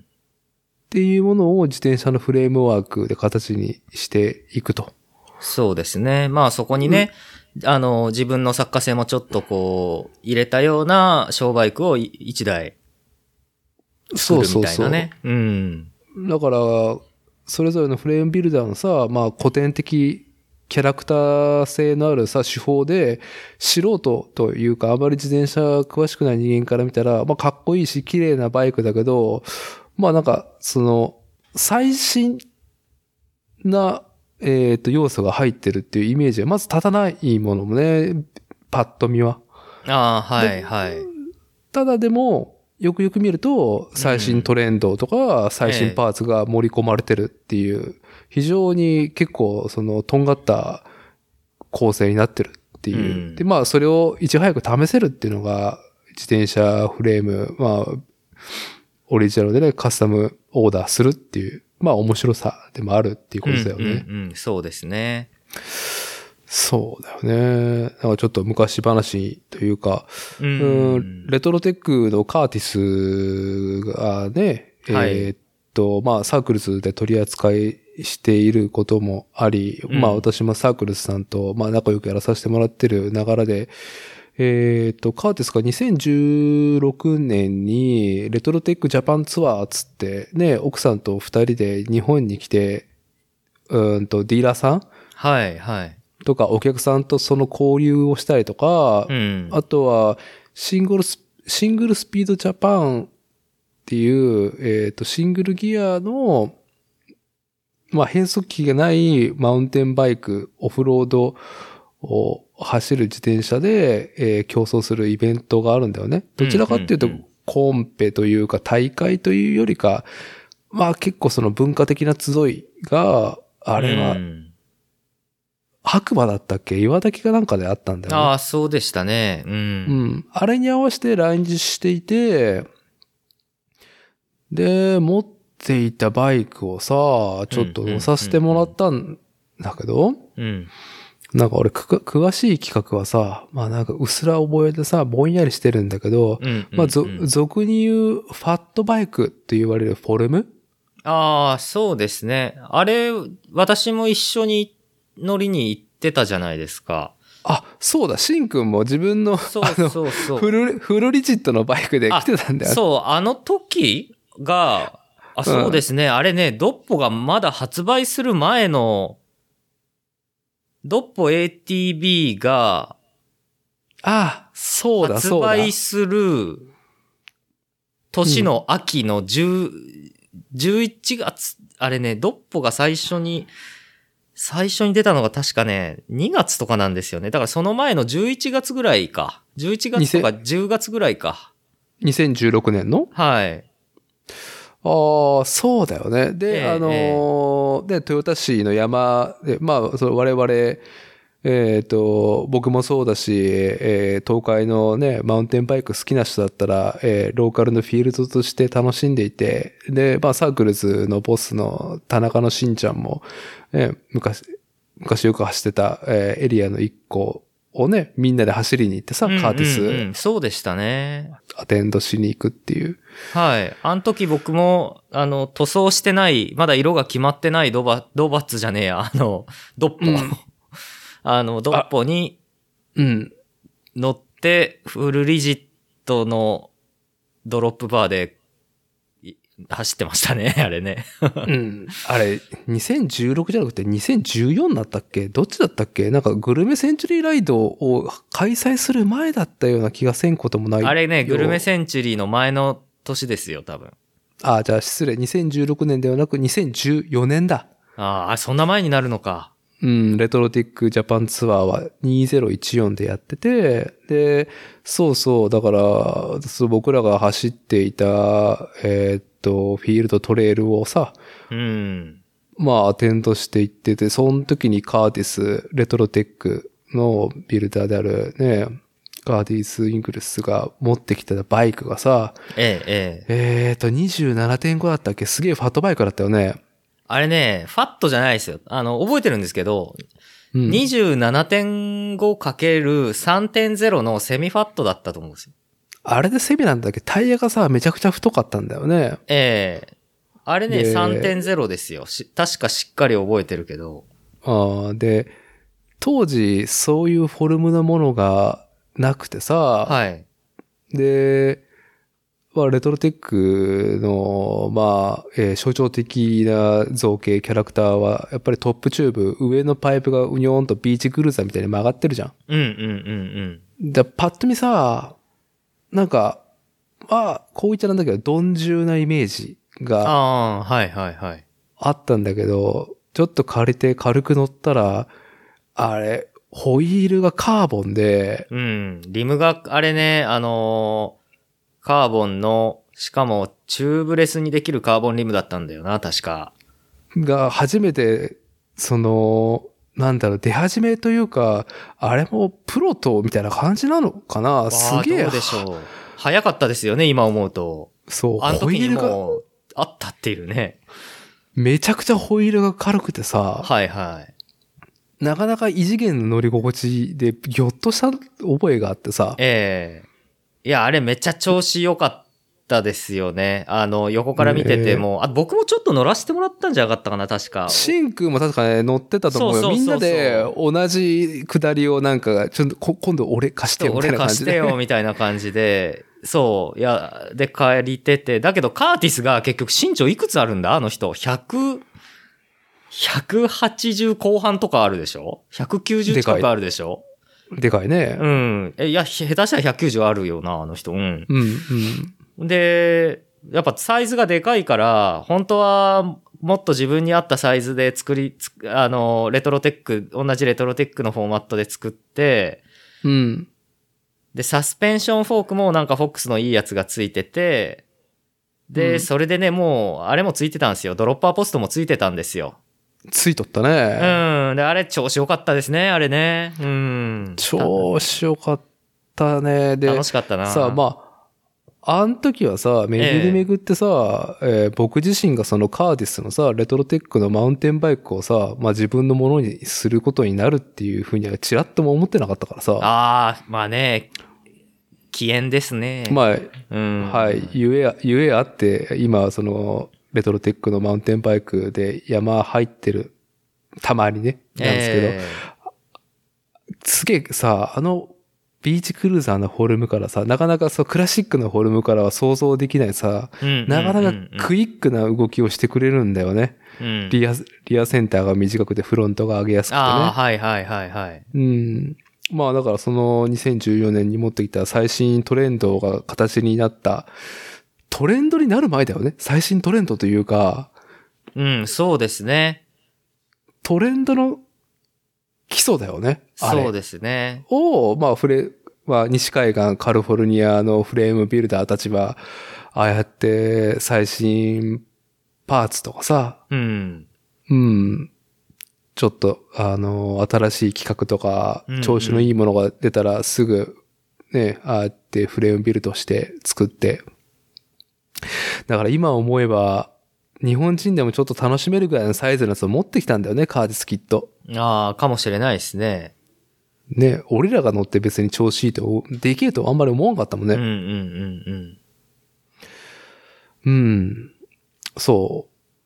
っていうものを自転車のフレームワークで形にしていくと。 そうですね。まあそこにね、うん、あの、自分の作家性もちょっとこう、入れたような小バイクを一台作るみたいなね。そうそうそう。うん。 だから、それぞれのフレームビルダーのさ、まあ古典的キャラクター性のあるさ、手法で、素人というか、あまり自転車詳しくない人間から見たら、まあかっこいいし、綺麗なバイクだけど、まあなんか、その、最新な、えっと、要素が入ってるっていうイメージはまず立たないものもね、パッと見は。 ああ、はいはい。 ただでも、よくよく見ると、最新トレンドとか、最新パーツが盛り込まれてるっていう、非常に結構、その、とんがった構成になってるっていう。うん、で、まあ、それをいち早く試せるっていうのが、自転車フレーム、まあ、オリジナルでね、カスタムオーダーするっていう、まあ面白さでもあるっていうことだよね。 うんうんうん、そうですね。 そうだよね。なんかちょっと昔話というか、うん、うんレトロテックのカーティスがね、はい、えー、っと、まあサークルズで取り扱いしていることもあり、うん、まあ私もサークルズさんとまあ仲良くやらさせてもらってるながらで、えっと、カーティスがにせんじゅうろくねんにレトロテックジャパンツアーつってね、奥さんと二人で日本に来て、うんとディーラーさんはいはい。 とかお客さんとその交流をしたりとか、うん、あとはシングルス、シングルスピードジャパンっていう、えっと、シングルギアの、まあ変速機がないマウンテンバイク、オフロードを走る自転車で、えー、競争するイベントがあるんだよね。どちらかっていうと、コンペというか大会というよりか、まあ結構その文化的な集いが、あれは、白馬だったっけ岩滝かなんかであったんだよね。 ああ、そうでしたね。うん。うん。 あれに合わせて来日していて、で、持っていたバイクをさ、ちょっと乗させてもらったんだけど、うん。なんか俺く、詳しい企画はさ、まあなんかうっすら覚えてさ、ぼんやりしてるんだけど、うんうんうん、まあ俗に言うファットバイクって言われるフォルム？ ああ、そうですね。あれ、私も一緒に乗りに行ってたじゃないですか。 あ、そうだ、シンくんも自分の、 そうそうそう。 フル、フルリジットのバイクで来てたんだよね。 そう、あの時が、あ、そうですね、うん、あれね、ドッポがまだ発売する前の、ドッポ エーティービー が、 ああ、そうだそうだ。 発売する年の秋のじゅう、じゅういちがつ、あれね、ドッポが最初に、最初に出たのが確かね、にがつとかなんですよね。だからその前のじゅういちがつぐらいか。じゅういちがつとかじゅうがつぐらいか。 にせんじゅうろくねんの？ はい。 ああ、そうだよね。で、 ええあのーで、豊田市の山で、まあ、それ我々、えっと、僕もそうだし、えー東海のね、マウンテンバイク好きな人だったら、えーローカルのフィールドとして楽しんでいて、で、まあ、サークルズのボスの田中のしんちゃんも、えー昔、昔よく走ってた、えーエリアの一個をね、みんなで走りに行ってさ、 うんうんうんカーティスそうでしたね。 アテンドしに行くっていう。 はい。あの時僕も、あの、塗装してない、まだ色が決まってないドバ、ドバッツじゃねえや、あの、ドッポ。 うんあの、ドッポにうん。 乗って、フルリジットのドロップバーでい走ってましたね、あれね。 うん。あれ、にせんじゅうろくじゃなくてにせんじゅうよんだったっけ？どっちだったっけ？なんかグルメセンチュリーライドを開催する前だったような気がせんこともないよ。 あれね、グルメセンチュリーの前の年ですよ、多分。 ああ、じゃあ失礼。にせんじゅうろくねんではなくにせんじゅうよねんだ。 ああ、そんな前になるのか。 うん、レトロテックジャパンツアーはにせんじゅうよんでやってて、で、そうそう、だから、そう僕らが走っていた、えーっと、フィールドトレイルをさ、 うん。 まあ、アテンドしていってて、その時にカーティス、レトロテックのビルダーであるね、カーティス・イングルスが持ってきたバイクがさ、 ええ、ええ。 えーっと、にじゅうななてんご だったっけ？すげえファットバイクだったよね。 あれね、ファットじゃないですよ。あの、覚えてるんですけど、 うん。 にじゅうななてんごかけるさんてんゼロ のセミファットだったと思うんですよ。 あれでセミなんだっけ？タイヤがさ、めちゃくちゃ太かったんだよね。 ええあれね、 でさんてんゼロ ですよ。し、確かしっかり覚えてるけど。 ああ、で、当時、そういうフォルムのものがなくてさ、 はい。 で、まあ、レトロテックの、まあ、えー象徴的な造形、キャラクターは、やっぱりトップチューブ、上のパイプがうにょーんとビーチクルーザーみたいに曲がってるじゃん。 うんうんうんうん。 で、パッと見さ、なんか、まあ、こう言っちゃなんだけど、鈍重なイメージがああ、はいはいはい。 あったんだけど、ちょっと借りて軽く乗ったら、あれ、ホイールがカーボンで、 うん。リムが、あれね、あのーカーボンの、しかもチューブレスにできるカーボンリムだったんだよな、確か。 が初めて、その、なんだろう、出始めというか、あれもプロトみたいな感じなのかな？すげえ。 どうでしょう。早かったですよね、今思うと。 そう、 あの時にホイールが、 もう、あったっていうね。 めちゃくちゃホイールが軽くてさ、 はいはい。 なかなか異次元の乗り心地で、ぎょっとした覚えがあってさ、 ええいや、あれめっちゃ調子良かったですよね。あの、横から見てても、あ、僕もちょっと乗らせてもらったんじゃなかったかな、確か。 シンくんも確かね、乗ってたと思うよ。 そうそうそうそうみんなで同じ下りをなんか、ちょっとこ今度俺貸してよみたい俺な感じで。 貸してよ、みたいな感じで。そう。いや、で、借りてて。だけど、カーティスが結局身長いくつあるんだあの人。ひゃく、ひゃくはちじゅう後半とかあるでしょ ?ひゃくきゅうじゅう 近くあるでしょでかいね。 うん。え、いや、下手したらひゃくきゅうじゅうあるよな、あの人。うん。 うん、うん。 で、やっぱサイズがでかいから、本当はもっと自分に合ったサイズで作り、つあの、レトロテック、同じレトロテックのフォーマットで作って、 うん。 で、サスペンションフォークもなんかフォックスのいいやつがついてて、で、 うんそれでね、もう、あれもついてたんですよ。ドロッパーポストもついてたんですよ。 ついとったね。 うん。で、あれ調子良かったですね、あれね。うん。 調子よかったね。で、 楽しかったな。 さあ、まあ、あん時はさ、巡り巡ってさ、えー僕自身がそのカーディスのさ、レトロテックのマウンテンバイクをさ、まあ自分のものにすることになるっていうふうにはちらっとも思ってなかったからさ。 ああ、まあね、起源ですね。 まあ、 うん。 はい、ゆえあ、ゆえあって、今、その、レトロテックのマウンテンバイクで山入ってる、たまにね、なんですけど、 えすげえさ、あの、ビーチクルーザーのフォルムからさ、なかなかそう、クラシックのフォルムからは想像できないさ、 ーなかなかクイックな動きをしてくれるんだよね。 うんリア、リアセンターが短くてフロントが上げやすくてね。 ああ、はいはいはいはい。 うん。まあだからそのにせんじゅうよねんに持ってきた最新トレンドが形になった、トレンドになる前だよね。最新トレンドというか、 うん、そうですね。 トレンドの基礎だよね。あれそうですね。 を、まあ触れ、 まあ、西海岸カリフォルニアのフレームビルダーたちは、ああやって最新パーツとかさ、 うん。 うん、ちょっと、あの、新しい企画とか、調子のいいものが出たらすぐ、ね、ああやってフレームビルドして作って、だから今思えば、日本人でもちょっと楽しめるぐらいのサイズのやつを持ってきたんだよね、カーティスきっと。 ああ、かもしれないですね。 ね、俺らが乗って別に調子いいと、できるとあんまり思わなかったもんね。 うんうんうんうん。うん。そう。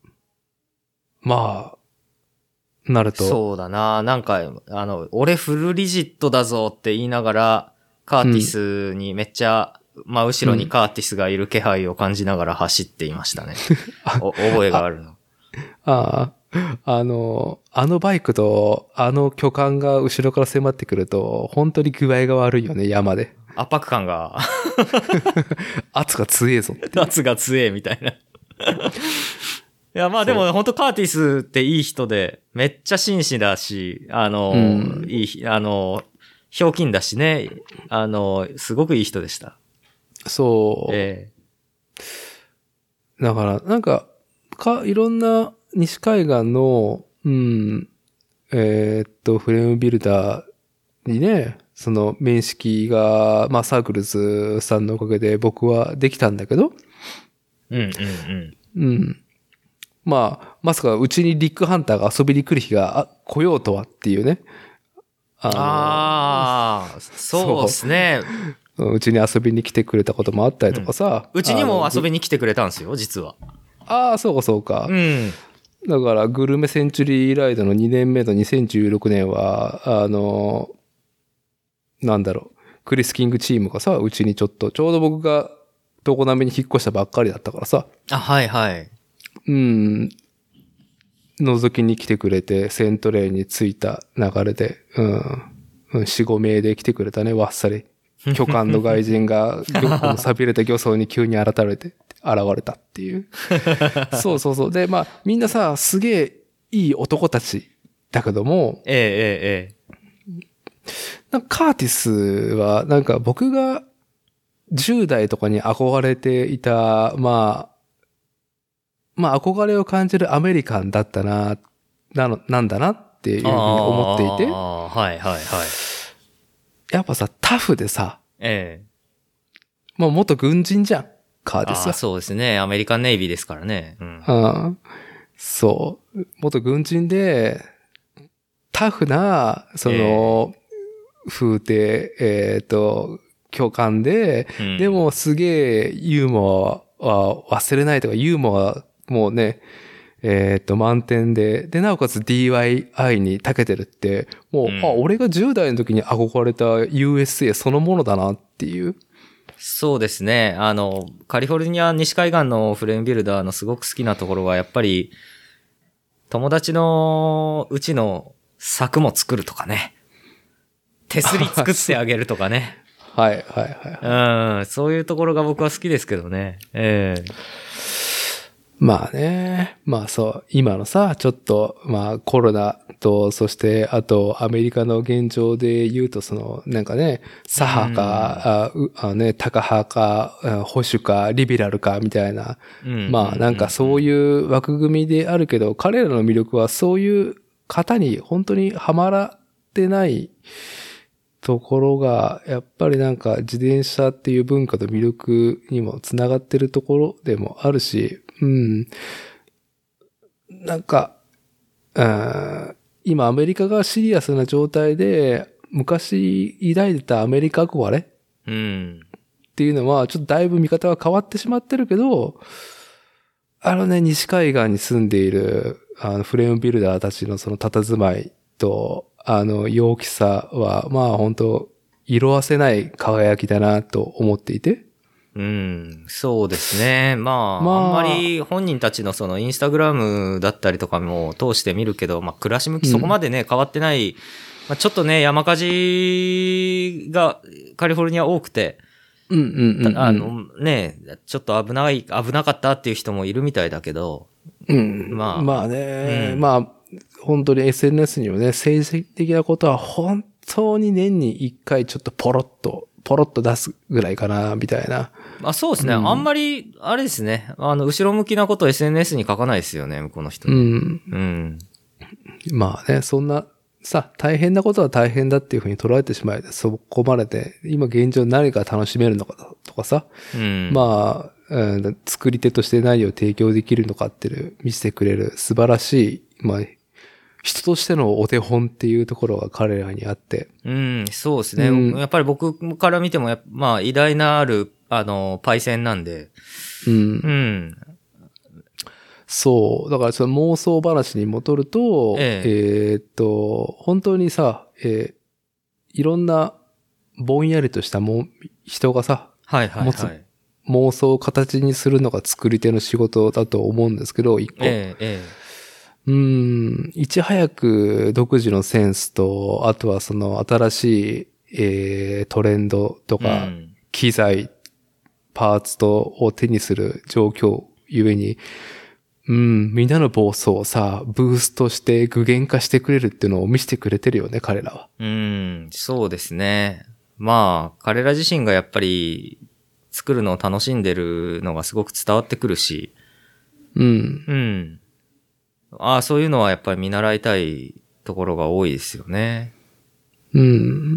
まあ、なると。 そうだな。なんか、あの、俺フルリジットだぞって言いながら、カーティスにめっちゃ、うん、まあ後ろにカーティスがいる気配を感じながら走っていましたね。お覚えがあるの。 ああ、あの、あのバイクとあの巨漢が後ろから迫ってくると、本当に具合が悪いよね、山で。 圧迫感が。 圧が強えぞって。 圧が強えみたいな。いや、まあでも本当カーティスっていい人で、めっちゃ紳士だし、あの、うん、いい、あの、ひょうきんだしね、あの、すごくいい人でした。 そう。ええ。だから、なんか、か、いろんな西海岸の、うん、えー、っと、フレームビルダーにね、その面識が、まあサークルズさんのおかげで僕はできたんだけど、 うんうんうん。 うん。まあ、まさかうちにリックハンターが遊びに来る日が来ようとはっていうね。 ああ、そうですね。 うちに遊びに来てくれたこともあったりとかさ。 うち、うん、にも遊びに来てくれたんですよ、実は。 ああ、そうかそうか。 うん。 だから、グルメセンチュリーライドのにねんめのにせんじゅうろくねんは、あの、なんだろう、クリス・キングチームがさ、うちにちょっと、ちょうど僕が常滑に引っ越したばっかりだったからさ。 あ、はいはい。 うん。覗きに来てくれて、セントレイに着いた流れで、うん。うん、よん、ごめいで来てくれたね、わっさり。巨漢の外人が、錆びれた漁村に急に現れて、現れたっていう。そうそうそう。で、まあ、みんなさ、すげえいい男たちだけども、 ええええええ。 なんかカーティスは、なんか僕がじゅう代とかに憧れていた、まあ、まあ憧れを感じるアメリカンだったな、なの、なんだなっていうふうに思っていて。 ああ、はいはいはい。 やっぱさ、タフでさ、 ええ。 まあ元軍人じゃん、カーティスは。 ああ、そうですね。アメリカンネイビーですからね。うん。 うん、そう。元軍人で、タフな、その、えー風景、えっ、ー、と、共感で、うん、でもすげえユーモアは忘れないとか、ユーモアもうね、えっ、ー、と、満点で、で、なおかつ ディーアイワイ に長けてるって、もう、うん、あ、俺がじゅう代の時に憧れた ユーエスエー そのものだなっていう。 そうですね。あの、カリフォルニア西海岸のフレームビルダーのすごく好きなところは、やっぱり、友達のうちの柵も作るとかね。手すり作ってあげるとかね。 はいはいはい。 うん、そういうところが僕は好きですけどね。ええー。 まあね。まあそう、今のさ、ちょっと、まあコロナと、そしてあとアメリカの現状で言うと、その、なんかね、左派か、うん、ああね、タカ派か、保守か、リベラルか、みたいな。うん、まあなんかそういう枠組みであるけど、彼らの魅力はそういう方に本当にはまらってないところが、やっぱりなんか自転車っていう文化と魅力にもつながってるところでもあるし、うん。なんか、うん、今アメリカがシリアスな状態で、昔抱いてたアメリカ憧れっていうのは、ちょっとだいぶ見方が変わってしまってるけど、あのね、西海岸に住んでいる、あの、フレームビルダーたちのその佇まいと、あの、陽気さは、まあ本当色褪せない輝きだなと思っていて。 うん、そうですね。まあ、まあ、あんまり本人たちのそのインスタグラムだったりとかも通して見るけど、まあ、暮らし向きそこまでね、うん、変わってない。まあ、ちょっとね、山火事がカリフォルニア多くて、 うんうんうんうん、 あのね、ちょっと危ない、危なかったっていう人もいるみたいだけど、 うん、まあ、まあね、うん、まあ、本当に エスエヌエス にもね、政治的なことは本当に年に一回ちょっとポロッと、ポロッと出すぐらいかな、みたいな。 まあそうですね、うん。あんまり、あれですね。あの、後ろ向きなことを エスエヌエス に書かないですよね、向こうの人、ね。うん。うん。 まあね、そんな、さ、大変なことは大変だっていうふうに捉えてしまえて、そこまでで、今現状何が楽しめるのかとかさ。うん、まあ、うん、作り手として何を提供できるのかっていう、見せてくれる素晴らしい、まあ、人としてのお手本っていうところが彼らにあって。 うん、そうですね。うん、やっぱり僕から見ても、まあ、偉大なある、あの、パイセンなんで。 うん。うん。 そう。だからその妄想話に戻ると、えええー、っと、本当にさ、えー、いろんなぼんやりとしたも人がさ、 はいはいはい、 持つ妄想を形にするのが作り手の仕事だと思うんですけど、一個。ええええうーん、いち早く独自のセンスと、あとはその新しい、えー、トレンドとか、うん、機材、パーツとを手にする状況ゆえに、うん、みんなの暴走をさ、ブーストして具現化してくれるっていうのを見せてくれてるよね、彼らは。 うん、そうですね。まあ、彼ら自身がやっぱり作るのを楽しんでるのがすごく伝わってくるし、 うん。 うん。ああ、そういうのはやっぱり見習いたいところが多いですよね。 うん。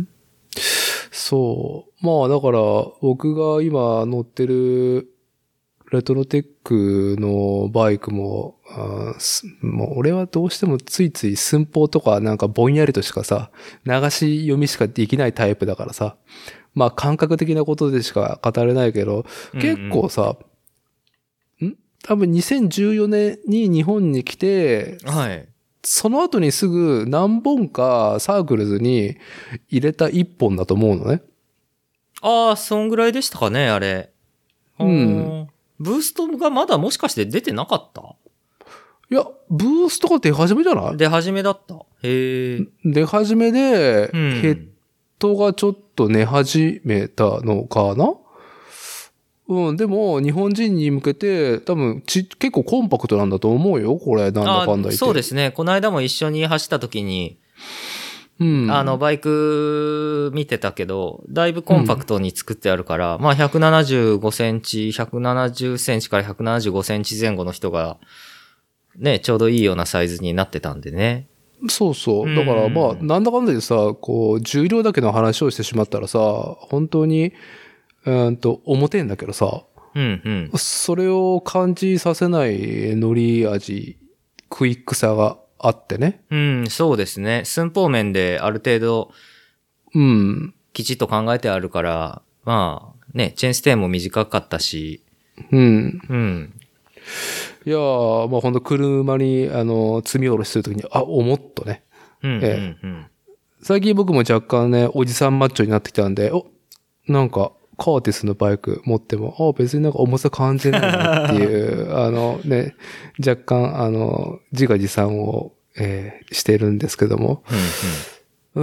そう。まあだから僕が今乗ってるレトロテックのバイクも、あもう俺はどうしてもついつい寸法とかなんかぼんやりとしかさ、流し読みしかできないタイプだからさ、まあ感覚的なことでしか語れないけど、うんうん、結構さ、ん多分にせんじゅうよねんに日本に来て、 はい。 その後にすぐ何本かサークルズに入れた一本だと思うのね。 ああ、そんぐらいでしたかね、あれ。 うん。 ブーストがまだもしかして出てなかった？ いや、ブーストが出始めじゃない？ 出始めだった。へえ。 出始めで、うん、ヘッドがちょっと寝始めたのかな？うん、でも、日本人に向けて、多分ち、結構コンパクトなんだと思うよ、これ、なんだかんだ言って。 そうですね。この間も一緒に走った時に、うん、あの、バイク見てたけど、だいぶコンパクトに作ってあるから、うん、まあひゃくななじゅうごセンチ、ひゃくななじゅっセンチからひゃくななじゅうごセンチ前後の人が、ね、ちょうどいいようなサイズになってたんでね。 そうそう。だからまあ、なんだかんだでさ、こう、重量だけの話をしてしまったらさ、本当に、うんと、表んだけどさ、 うんうん、 それを感じさせない乗り味、クイックさがあってね。 うん、そうですね。寸法面である程度、 うん。 きちっと考えてあるから、まあ、ね、チェーンステーンも短かったし。 うん。 うん。 いやー、まあほんと車に、あの、積み下ろしするときに、あ、重っとね。 うんうんうん、 ええ。最近僕も若干ね、おじさんマッチョになってきたんで、お、なんか、カーティスのバイク持っても、あ、別になんか重さ感じないなっていう、あのね、若干、あの、自画自賛を、えー、してるんですけども。うん、うん、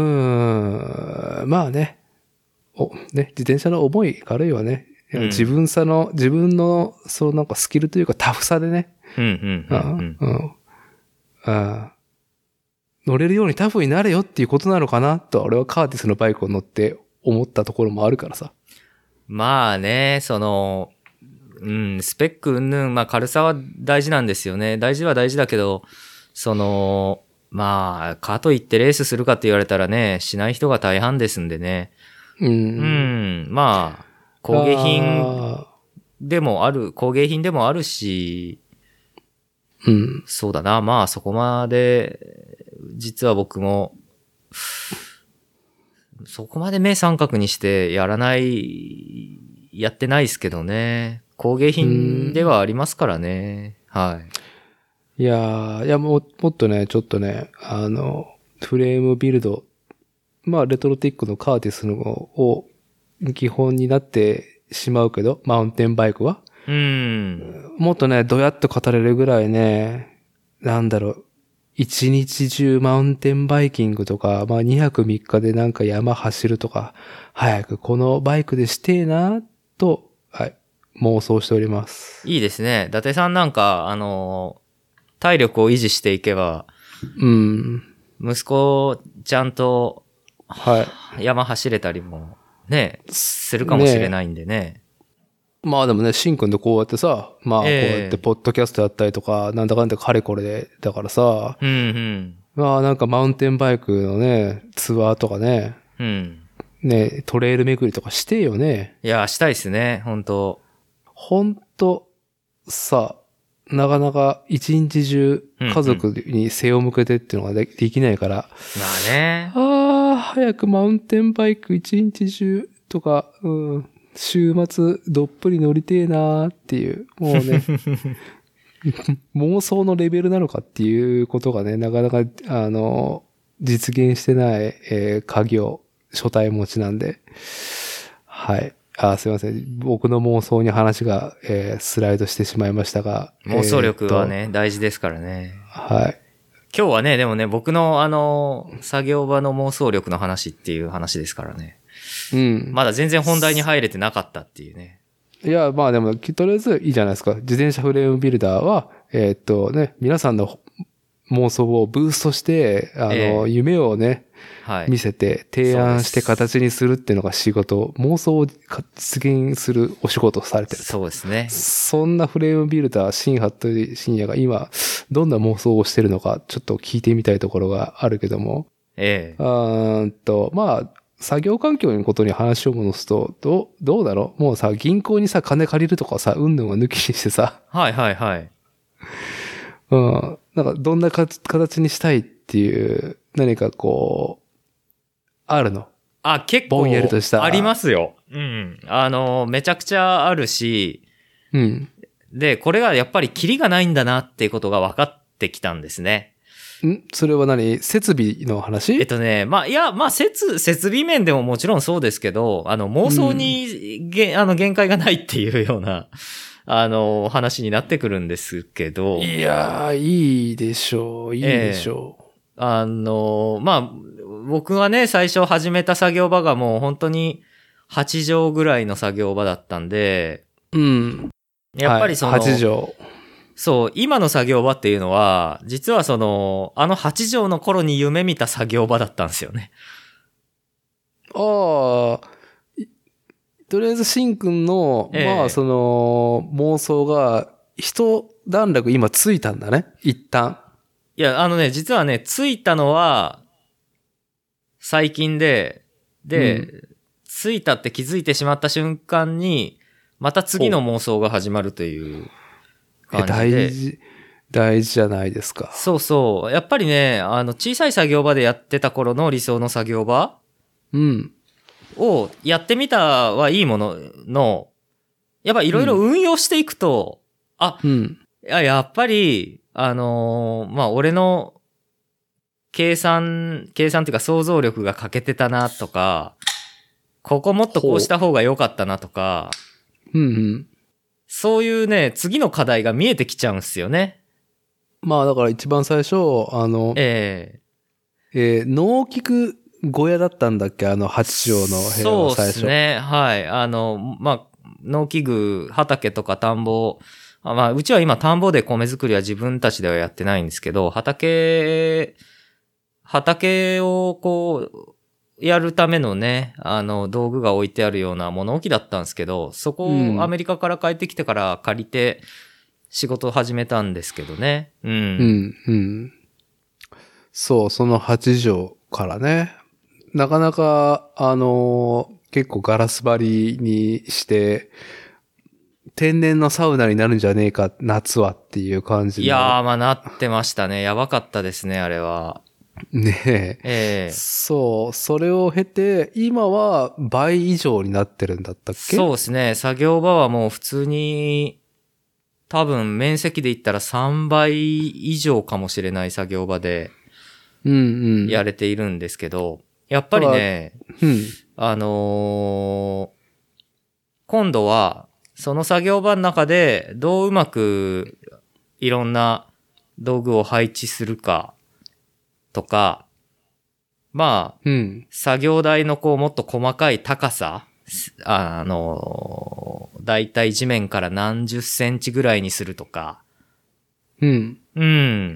うーん、まあね、お、ね、自転車の重い軽いはね、うん、自分さの、自分の、そうなんかスキルというかタフさでね、 うんうんうんうん、 あ乗れるようにタフになれよっていうことなのかなと、俺はカーティスのバイクを乗って思ったところもあるからさ。 まあね、その、うん、スペックうんぬん、まあ軽さは大事なんですよね。大事は大事だけど、その、まあ、かといってレースするかって言われたらね、しない人が大半ですんでね。 うん。うん、まあ、工芸品でもある、工芸品でもあるし、 うん。 そうだな、まあそこまで、実は僕も、そこまで目三角にしてやらない、やってないですけどね。工芸品ではありますからね。はい。 いやー、いやも、もっとね、ちょっとね、あの、フレームビルド、まあ、レトロティックのカーティスのを基本になってしまうけど、マウンテンバイクは。 うん。 もっとね、どやっと語れるぐらいね、なんだろう、一日中マウンテンバイキングとか、まあにはくみっかでなんか山走るとか、早くこのバイクでしてえな、と、はい、妄想しております。 いいですね。伊達さんなんか、あの、体力を維持していけば、 うん。 息子ちゃんとはい。 山走れたりもね、するかもしれないんでね。ねまあでもね、シンくんでこうやってさ、まあこうやってポッドキャストやったりとか、えー、なんだかんだかれこれで、だからさ、 うんうん。 まあなんかマウンテンバイクのね、ツアーとかね、 うん。 ね、トレイル巡りとかしてよね。 いや、したいっすね、本当ほんと、さ、なかなか一日中家族に背を向けてっていうのが で, できないから。まあね。 ああ、早くマウンテンバイク一日中とか、うん、週末どっぷり乗りてえなーっていう、もうね、妄想のレベルなのかっていうことがね、なかなか、あの、実現してない、えー、家業、書体持ちなんで、はい。あ、すいません。僕の妄想に話が、えー、スライドしてしまいましたが。 妄想力はね、えー、大事ですからね。 はい。 今日はね、でもね、僕のあの、作業場の妄想力の話っていう話ですからね。うん。まだ全然本題に入れてなかったっていうね。 いや、まあでも、とりあえずいいじゃないですか。自転車フレームビルダーは、えー、っとね、皆さんの妄想をブーストして、あの、えー、夢をね、はい、見せて、提案して形にするっていうのが仕事、妄想を実現するお仕事をされてる。 そうですね。 そんなフレームビルダー、新服部深也が今、どんな妄想をしてるのか、ちょっと聞いてみたいところがあるけども。 ええ。 うんと、まあ、作業環境のことに話を戻すと、どう、どうだろうもうさ、銀行にさ、金借りるとかさ、うんぬんは抜きにしてさ。 はいはいはい。 うん。なんか、どんな形にしたいっていう、何かこう、あるの？ あ、結構、ぼんやりとした。ありますよ。うん。あの、めちゃくちゃあるし、 うん。 で、これがやっぱりキリがないんだなっていうことが分かってきたんですね。 んそれは何？設備の話？ えっとね、まあ、いや、まあ、設、設備面でももちろんそうですけど、あの、妄想に、げ、うん、あの、限界がないっていうような、あの、話になってくるんですけど。 いやー、いいでしょう、いいでしょう。 えー、あの、まあ、僕がね、最初始めた作業場がもう本当にはち畳ぐらいの作業場だったんで、 うん。 やっぱりその、 はい、はち畳。 そう、今の作業場っていうのは、実はその、あのはち畳の頃に夢見た作業場だったんですよね。 ああ、とりあえずしんくんの、えー、まあその、妄想が一段落今ついたんだね、一旦。 いや、あのね、実はね、ついたのは、最近で、で、うん、ついたって気づいてしまった瞬間に、また次の妄想が始まるという感じで。 大事、大事じゃないですか。 そうそう。やっぱりね、あの、小さい作業場でやってた頃の理想の作業場うん。 をやってみたはいいものの、やっぱいろいろ運用していくと、うん、あ、 うん、 いや、やっぱり、あのー、まあ、俺の計算、計算っていうか想像力が欠けてたなとか、ここもっとこうした方が良かったなとか、 うんうん、 そういうね、次の課題が見えてきちゃうんですよね。 まあだから一番最初、あの、 えー、えー、農菊小屋だったんだっけあのはち畳の部屋の最初。 そうですね。はい。あの、まあ、農機具、畑とか田んぼ、まあ、うちは今田んぼで米作りは自分たちではやってないんですけど、畑、畑をこう、やるためのね、あの、道具が置いてあるような物置だったんですけど、そこをアメリカから帰ってきてから借りて仕事を始めたんですけどね。うん。うん、うん。そう、そのはち畳からね、なかなか、あのー、結構ガラス張りにして、天然のサウナになるんじゃねえか、夏はっていう感じの。 いやー、まあなってましたね。やばかったですね、あれは。 ねえ。 ええ。 そう、それを経て、今は倍以上になってるんだったっけ？ そうですね。作業場はもう普通に、多分面積で言ったらさんばい以上かもしれない作業場で、 うんうん。 やれているんですけど、やっぱりね、 うん、 あのー、今度は、その作業場の中でどううまくいろんな道具を配置するかとか、まあ、 うん、 作業台のこうもっと細かい高さ、あの、だいたい地面から何十センチぐらいにするとか、 うん。 うん。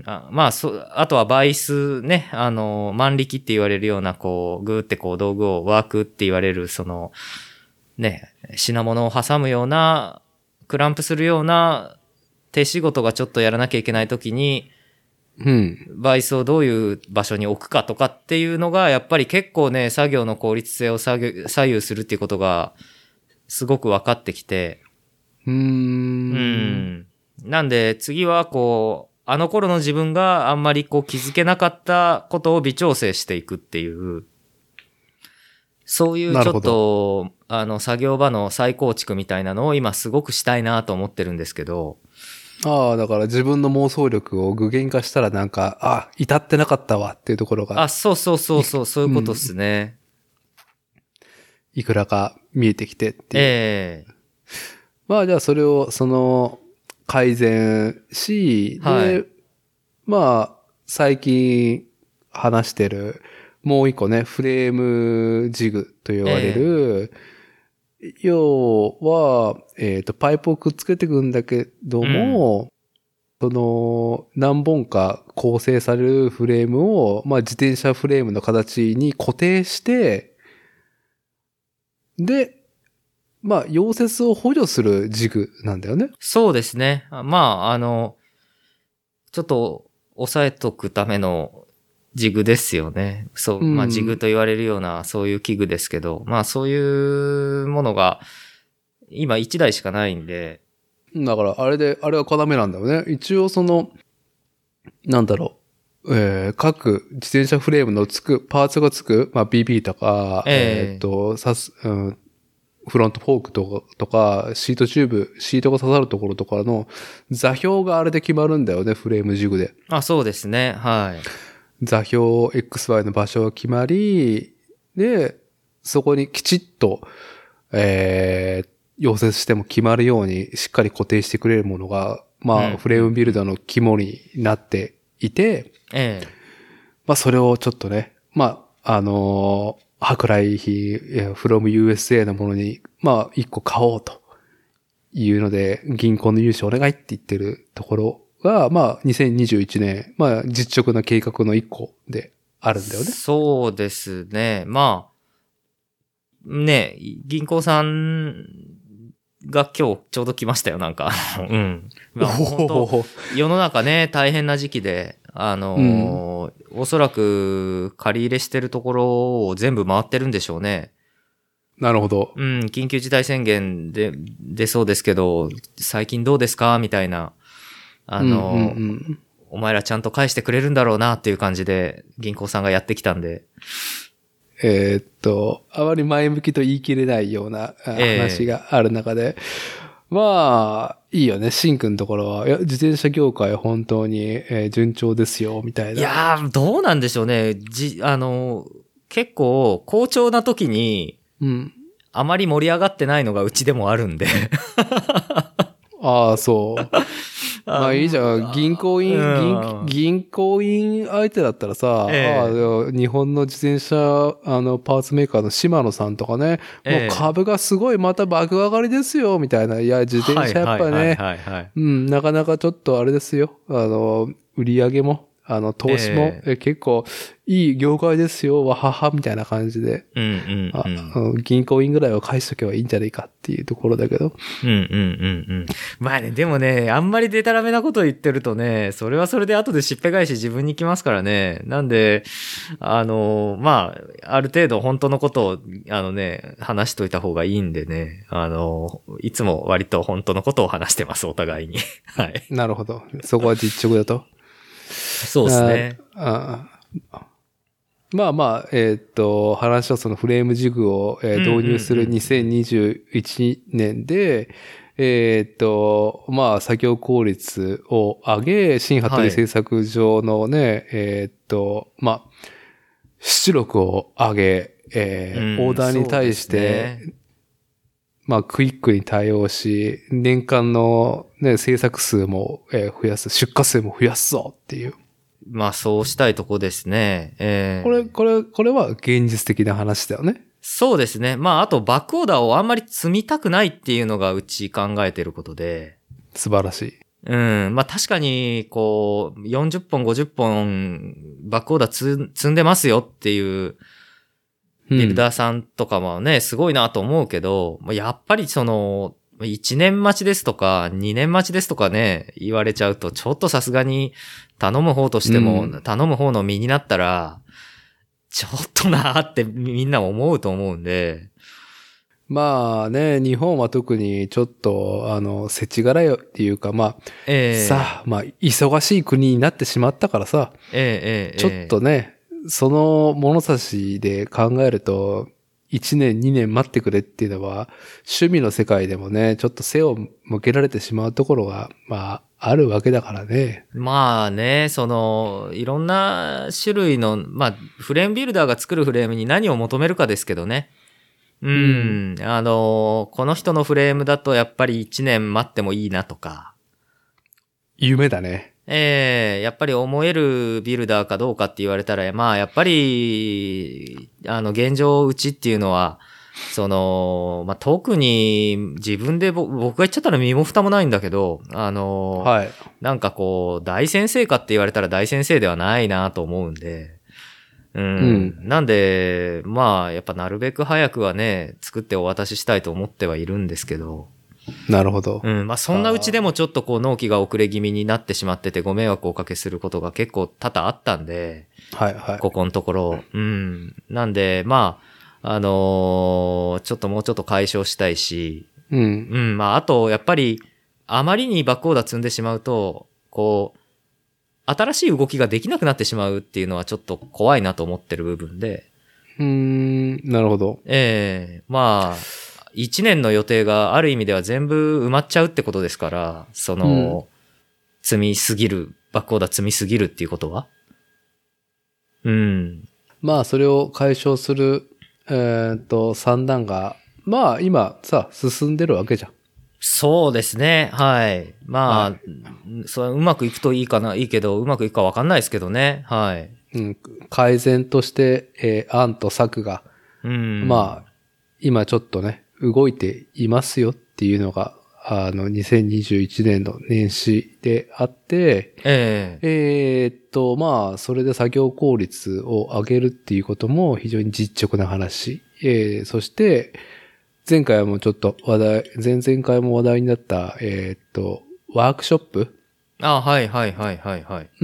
あまあ、そ、あとは倍数ね、あの、万力って言われるような、こう、ぐーってこう道具をワークって言われる、その、ね、品物を挟むような、クランプするような手仕事がちょっとやらなきゃいけないときに、 うん。 倍数をどういう場所に置くかとかっていうのが、やっぱり結構ね、作業の効率性を左右左右するっていうことが、すごく分かってきて。 うーん。 うん。なんで、次はこう、あの頃の自分があんまりこう気づけなかったことを微調整していくっていう、そういうちょっと、あの、作業場の再構築みたいなのを今すごくしたいなと思ってるんですけど。 ああ、だから自分の妄想力を具現化したらなんか、あ、至ってなかったわっていうところが。 あ、そうそうそうそう、そういうことっすね。 うん、いくらか見えてきてっていう。 ええー。 まあじゃあそれを、その、改善し、 はい、 で、まあ、最近話してる、もう一個ね、フレームジグと呼ばれる、えー、要は、えっと、パイプをくっつけていくんだけども、うん、その、何本か構成されるフレームを、まあ自転車フレームの形に固定して、で、まあ、溶接を補助するジグなんだよね。 そうですね。まあ、あの、ちょっと抑えとくためのジグですよね。そう、まあジグと言われるようなそういう器具ですけど、まあそういうものが今いちだいしかないんで。 だからあれで、あれは要なんだよね。一応その、なんだろう、えー、各自転車フレームのつく、パーツがつく、まあ ビービー とか、えー、えーっと、さす、うん、フロントフォークとか、とか、シートチューブ、シートが刺さるところとかの座標があれで決まるんだよね、フレームジグで。 あ、そうですね。はい。 座標 エックスワイ の場所が決まり、で、そこにきちっと、えー、溶接しても決まるようにしっかり固定してくれるものが、まあ、うん、フレームビルダーの肝になっていて、 ええ、 まあ、それをちょっとね、まあ、あのー、舶来品、from ユーエスエー のものに、まあ、一個買おうというので、銀行の融資お願いって言ってるところが、まあ、にせんにじゅういちねん、まあ、実直な計画の一個であるんだよね。 そうですね。まあ、ね、銀行さんが今日ちょうど来ましたよ、なんか。うん。まあ、本当世の中ね、大変な時期で、あのーうん、おそらく借り入れしてるところを全部回ってるんでしょうね。 なるほど。 うん、緊急事態宣言で出そうですけど、最近どうですかみたいな。あの、うんうんうん、お前らちゃんと返してくれるんだろうなっていう感じで銀行さんがやってきたんで。 えー、っと、あまり前向きと言い切れないような話がある中で、えー、まあ、いいよね、シンくんのところは。いや、自転車業界本当に、えー、順調ですよ、みたいな。 いやー、どうなんでしょうね。じ、あの、結構、好調な時に、うん。あまり盛り上がってないのがうちでもあるんで。 ああ、そう。まあいいじゃん。銀行員、銀、銀行員相手だったらさ、えー、あ日本の自転車、あの、パーツメーカーの島野さんとかね、えー、もう株がすごいまた爆上がりですよ、みたいな。いや、自転車やっぱね、うん、なかなかちょっとあれですよ。あの、売り上げも、あの、投資も、えー、結構いい業界ですよ、わはは、みたいな感じで。 うんうんうん、あ銀行員ぐらいは返しとけばいいんじゃないかっていうところだけど。 うんうんうんうん。まあね、でもね、あんまりデタラメなこと言ってるとね、それはそれで後でしっぺ返し自分に来ますからね。なんで、あの、まあ、ある程度本当のことを、あのね、話しといた方がいいんでね、あの、いつも割と本当のことを話してます、お互いに。はい。 なるほど。そこは実直だと。 そうですね。 ああまあまあ、えー、っと、話はそのフレームジグを、えー、導入するにせんにじゅういちねんで、えー、っと、まあ、作業効率を上げ、新服部製作所のね、はい、えー、っと、まあ、出力を上げ、えーうん、オーダーに対して、ね、まあ、クイックに対応し、年間のね、制作数も増やす、出荷数も増やすぞっていう。 まあそうしたいとこですね。えー、 これ、これ、これは現実的な話だよね。 そうですね。まああとバックオーダーをあんまり積みたくないっていうのがうち考えてることで。 素晴らしい。 うん。まあ確かに、こう、よんじゅっぽん、ごじゅっぽん、バックオーダーつ積んでますよっていうビルダーさんとかはね、すごいなと思うけど、やっぱりその、いちねん待ちですとか、にねん待ちですとかね、言われちゃうと、ちょっとさすがに頼む方としても、うん、頼む方の身になったら、ちょっとなーってみんな思うと思うんで。 まあね、日本は特にちょっと、あの、世知辛いっていうか、まあ、えー、さあ、まあ、忙しい国になってしまったからさ、 えーえー、 ちょっとね、その物差しで考えると、いちねん、にねん待ってくれっていうのは、趣味の世界でもね、ちょっと背を向けられてしまうところが、まあ、あるわけだからね。 まあね、その、いろんな種類の、まあ、フレームビルダーが作るフレームに何を求めるかですけどね。うん、うん。あの、この人のフレームだとやっぱりいちねん待ってもいいなとか。 夢だね。 ええー、やっぱり思えるビルダーかどうかって言われたら、まあやっぱり、あの現状うちっていうのは、その、まあ特に自分で僕が言っちゃったら身も蓋もないんだけど、あの、はい、なんかこう、大先生かって言われたら大先生ではないなと思うんで、うん、うん。なんで、まあやっぱなるべく早くはね、作ってお渡ししたいと思ってはいるんですけど、 なるほど。 うん。まあ、そんなうちでもちょっとこう、納期が遅れ気味になってしまってて、ご迷惑をおかけすることが結構多々あったんで、 はいはい。 ここのところ。うん。なんで、まあ、あのー、ちょっともうちょっと解消したいし、 うん。 うん。まあ、あと、やっぱり、あまりにバックオーダー積んでしまうと、こう、新しい動きができなくなってしまうっていうのはちょっと怖いなと思ってる部分で。 うーん、なるほど。 ええー、まあ、一年の予定がある意味では全部埋まっちゃうってことですから、その、うん、積みすぎる、バックオーダー積みすぎるっていうことは。うん。 まあ、それを解消する、えー、っと、算段が、まあ、今さ、進んでるわけじゃん。 そうですね。はい。まあ、はい、それうまくいくといいかな、いいけど、うまくいくかわかんないですけどね。はい。 うん。改善として、えー、案と策が、うん、まあ、今ちょっとね、動いていますよっていうのが、あの、にせんにじゅういちねんの年始であって、 えー、えー、っと、まあ、それで作業効率を上げるっていうことも非常に実直な話。えー、そして、前回もちょっと話題、前々回も話題になった、えー、っと、ワークショップ。 あ、はいはいはいはいはい。 うん、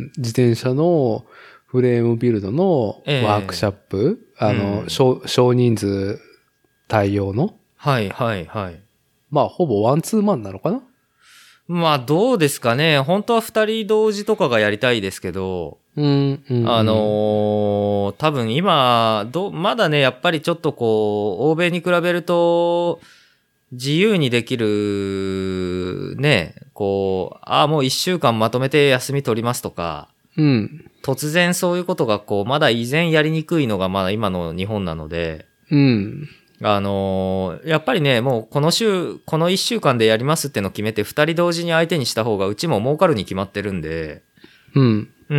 自転車のフレームビルドのワークショップ。えー、あの、うん、少、少人数対応の。 はいはいはい。 まあ、ほぼワンツーマンなのかな？ まあ、どうですかね。本当は二人同時とかがやりたいですけど、 うん、うん、 あのー、多分今、ど、まだね、やっぱりちょっとこう、欧米に比べると、自由にできる、ね、こう、ああ、もう一週間まとめて休み取りますとか、 うん。 突然そういうことがこう、まだ依然やりにくいのがまだ今の日本なので、 うん。 あのー、やっぱりね、もうこの週、この一週間でやりますってのを決めて二人同時に相手にした方がうちも儲かるに決まってるんで、 うん。 うん。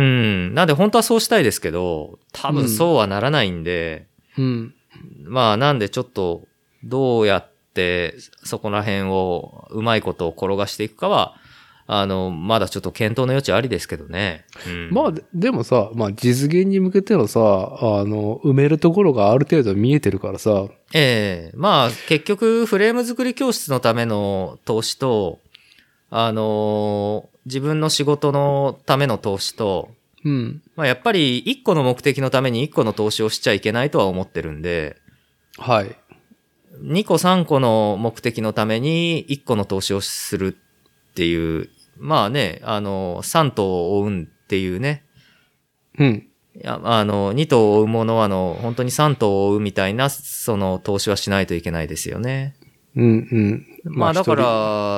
なんで本当はそうしたいですけど、多分そうはならないんで、 うん。 まあなんでちょっと、どうやってそこら辺をうまいことを転がしていくかは、あの、まだちょっと検討の余地ありですけどね。 うん、まあ、でもさ、まあ実現に向けてのさ、あの、埋めるところがある程度見えてるからさ。 ええー、まあ結局フレーム作り教室のための投資と、あのー、自分の仕事のための投資と、 うん。 まあやっぱり一個の目的のために一個の投資をしちゃいけないとは思ってるんで、 はい。 二個三個の目的のために一個の投資をするっていう、まあね、あの、三頭を追うんっていうね。 うん。 いや、あの、二頭を追うものは、あの、本当に三頭を追うみたいな、その投資はしないといけないですよね。 うんうん。 まあだから、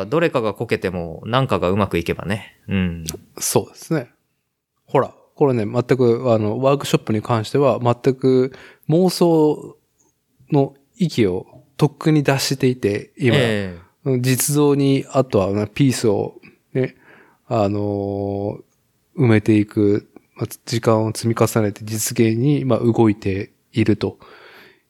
どれかがこけても何かがうまくいけばね。うん。 そうですね。ほら、これね、全く、あの、ワークショップに関しては、全く妄想の域をとっくに脱していて、今、えー、実像に、あとはピースをね、あのー、埋めていく、時間を積み重ねて実現に、まあ、動いていると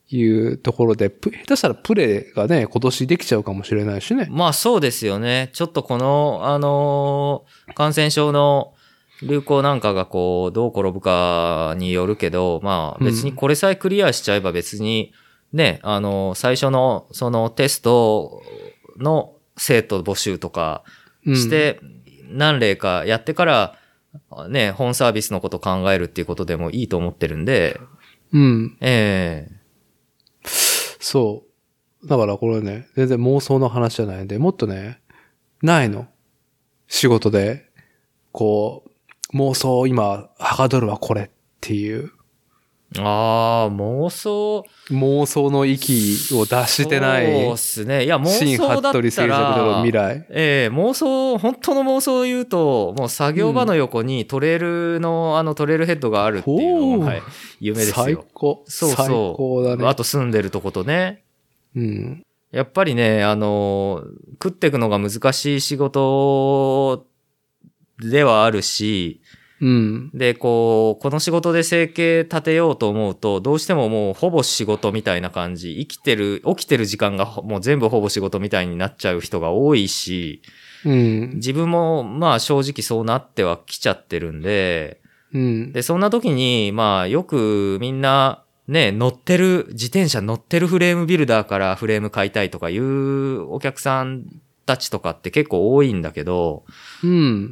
いうところで、下手したらプレーがね、今年できちゃうかもしれないしね。 まあそうですよね。ちょっとこの、あのー感染症の流行なんかがこう、どう転ぶかによるけど、まあ別にこれさえクリアしちゃえば別に、ね、あのー最初のそのテストの生徒募集とかして、何例かやってから、ね、本サービスのこと考えるっていうことでもいいと思ってるんで、 うん。 ええそう。だからこれね、全然妄想の話じゃないんで、もっとね、ないの。仕事で、こう、妄想今、はかどるはこれっていう。 ああ、妄想。 妄想の域を出してない。 そうっすね。いや、妄新想だ服部製った作所の未ら、 来。 ええ妄想、本当の妄想を言うと、もう作業場の横にトレールの、あのトレールヘッドがあるっていうのが、はい、夢です最よ。 高。 そうそう。 最高だね。 あと住んでるとことね。 うん。 やっぱりね、あの、食っていくのが難しい仕事ではあるし、 うん。 で、こう、この仕事で生計立てようと思うと、どうしてももうほぼ仕事みたいな感じ、生きてる、起きてる時間がもう全部ほぼ仕事みたいになっちゃう人が多いし、 うん。 自分もまあ正直そうなってはきちゃってるんで、 うん。 で、そんな時に、まあよくみんなね、乗ってる、自転車乗ってるフレームビルダーからフレーム買いたいとかいうお客さんたちとかって結構多いんだけど、 うん。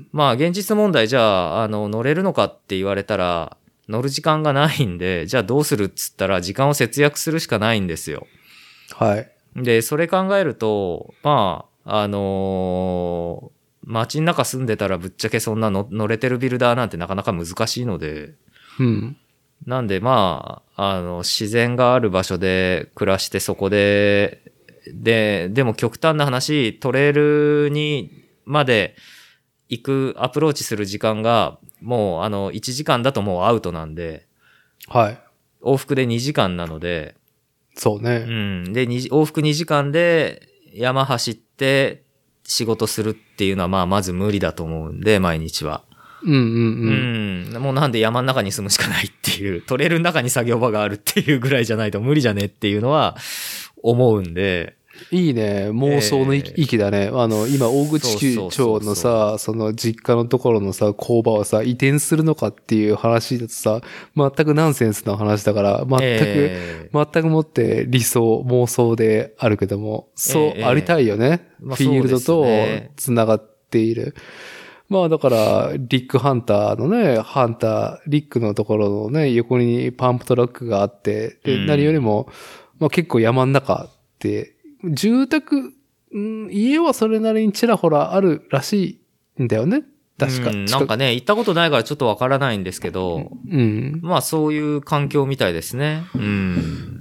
まあ現実問題じゃあ、あの、乗れるのかって言われたら、乗る時間がないんで、じゃあどうするっつったら時間を節約するしかないんですよ。 はい。 で、それ考えると、まあ、あのー街の中住んでたらぶっちゃけそんなの乗れてるビルダーなんてなかなか難しいので、 うん。 なんでまあ、あの、自然がある場所で暮らしてそこで、で、でも極端な話、トレイルにまで行く、アプローチする時間が、もうあの、いちじかんだともうアウトなんで、 はい。 往復でにじかんなので、うそうね。 ん。で、に往復にじかんで山走って仕事するっていうのはまあまず無理だと思うんで、毎日は。 うんうんううん。 ん。もうなんで山の中に住むしかないっていう、トレイルの中に作業場があるっていうぐらいじゃないと無理じゃねっていうのは思うんで。 いいね。妄想の域,、 えー域だね。あの、今、大口町のさ、その実家のところのさ、工場をさ、移転するのかっていう話だとさ、全くナンセンスな話だから、全く、 えー全くもって理想、妄想であるけども、そうえーありたいよね。 まあフィールドとそうですね繋がっている。まあだから、リックハンターのね、ハンター、リックのところのね、横にパンプトラックがあって、で、 うん何よりも、まあ結構山の中って、住宅、うん、家はそれなりにちらほらあるらしいんだよね。確か。 うん、なんかね、行ったことないからちょっとわからないんですけど、 うん。 まあそういう環境みたいですね。うん。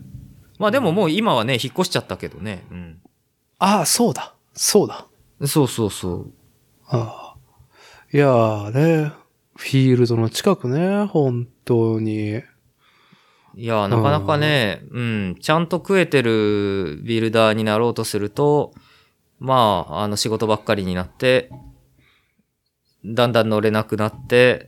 まあでももう今はね、引っ越しちゃったけどね。うん。 ああ、そうだ。そうだ。 そうそうそう。 ああ。いやーね、フィールドの近くね、本当に。 いや、なかなかね、うん、ちゃんと食えてるビルダーになろうとすると、まあ、あの仕事ばっかりになって、だんだん乗れなくなって、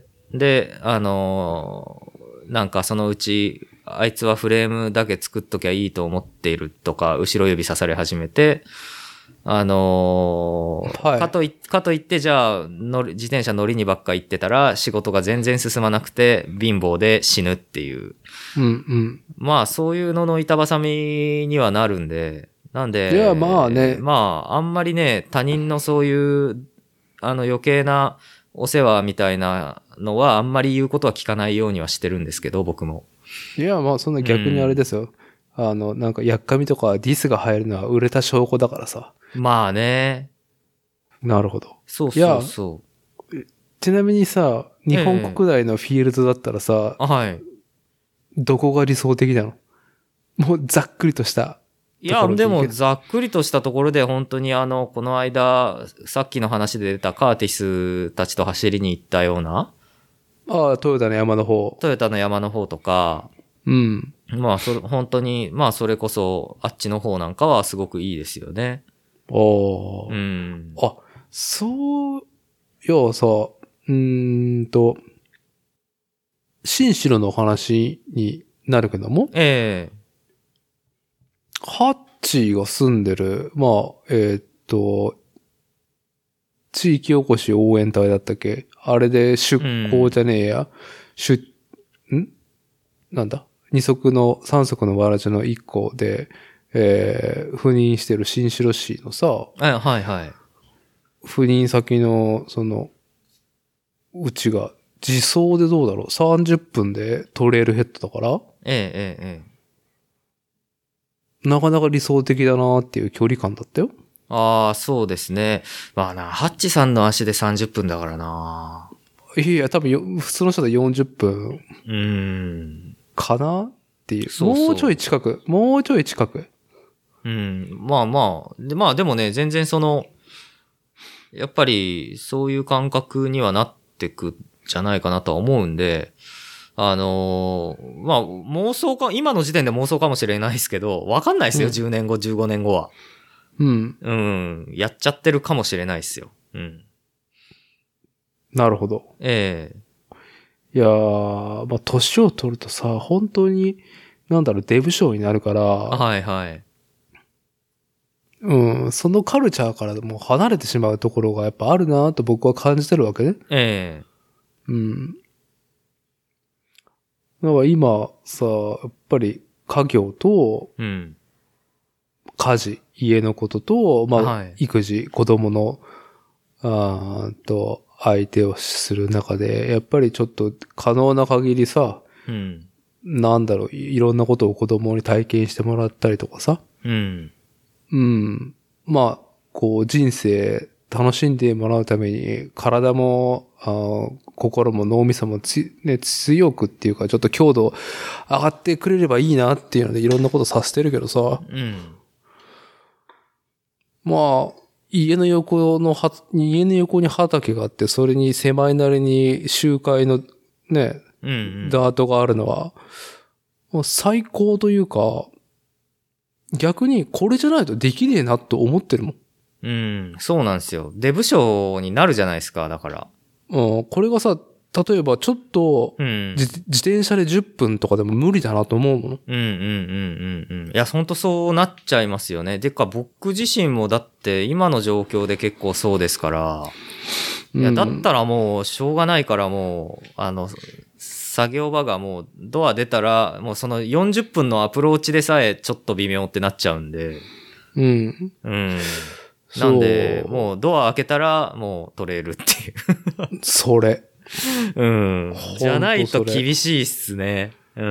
で、あのーなんかそのうち、あいつはフレームだけ作っときゃいいと思っているとか、後ろ指刺され始めて、あのーはいかとい、かといって、じゃあ、乗り、自転車乗りにばっか行ってたら、仕事が全然進まなくて、貧乏で死ぬっていう。 うんうん。 まあ、そういうのの板挟みにはなるんで、なんで、 いやまあねまあ、あんまりね、他人のそういう、あの余計なお世話みたいなのは、あんまり言うことは聞かないようにはしてるんですけど、僕も。 いや、まあそんな逆にあれですよ。あの、なんか、やっかみとかディスが入るのは売れた証拠だからさ。 まあね。 なるほど。 そうそうそちなみにさ、日本国内のフィールドだったらさ、 う。あはい。 どこが理想的なの？もうざっくりとしたいや、 ところでいける。 でも、ざっくりとしたところで、本当にあの、この間、さっきの話で出たカーティスたちと走りに行ったような、 ああ、トヨタの山の方。 トヨタの山の方とか、 うん。 まあ、それ、本当に、まあ、それこそ、あっちの方なんかはすごくいいですよね。 おー。 うん。 あ、そう、いやさ、うーんと、新城のお話になるけども、 ええハッチーが住んでる、まあ、えーっと、地域おこし応援隊だったっけ？あれで出向じゃねえや。うん、出、んなんだ二足の、三足のわらじの一個で、えー、赴任してる新城市のさ、 はいはいはい。 赴任先の、その、うちが、自走でどうだろう ?さんじゅっぷんでトレイルヘッドだから、 ええええええ。なかなか理想的だなっていう距離感だったよ。 ああ、そうですね。まあな、ハッチさんの足でさんじゅっぷんだからな。 いや、多分よ、普通の人でよんじゅっぷん。 うーん。 かなっていう。 そうそう。 もうちょい近く。もうちょい近く。 うん。まあまあ。で、まあでもね、全然その、やっぱりそういう感覚にはなってくじゃないかなとは思うんで、あのー、まあ妄想か、今の時点で妄想かもしれないですけど、わかんないですよ、うん、じゅうねんご、じゅうごねんごは。 うん。 うん。やっちゃってるかもしれないですよ。うん。 なるほど。 ええー。いやー、まあ年を取るとさ、本当に、なんだろう、デブ症になるから、 はいはい。 うん、そのカルチャーからもう離れてしまうところがやっぱあるなと僕は感じてるわけね。 ええうん。だから今さ、やっぱり家業と、家事、家のことと、まあ、はい、育児、子供の、あーと、相手をする中で、やっぱりちょっと可能な限りさ、 うん、 なんだろう、いろんなことを子供に体験してもらったりとかさ、 うん、 うん。まあ、こう人生楽しんでもらうために、体も、あ心も脳みそもつ、ね、強くっていうか、ちょっと強度上がってくれればいいなっていうので、いろんなことさせてるけどさ。 うん。 まあ、家の横のは、家の横に畑があって、それに狭いなりに周回のね、 うんうん、 ダートがあるのは、もう最高というか、逆にこれじゃないとできねえなと思ってるもん。 うん、そうなんですよ。デブ賞になるじゃないですか、だから。 うん、これがさ、例えばちょっと、うん、自転車でじゅっぷんとかでも無理だなと思うもの。 うんうんうんうんうん。いや、ほんとそうなっちゃいますよね。でか、僕自身もだって今の状況で結構そうですから、いや、だったらもうしょうがないからもう、あの、作業場がもうドア出たら、もうそのよんじゅっぷんのアプローチでさえちょっと微妙ってなっちゃうんで。 うん。 うん。なんで、もうドア開けたらもうトレイルっていう。 それ。 うん。じゃないと厳しいっすね。うん。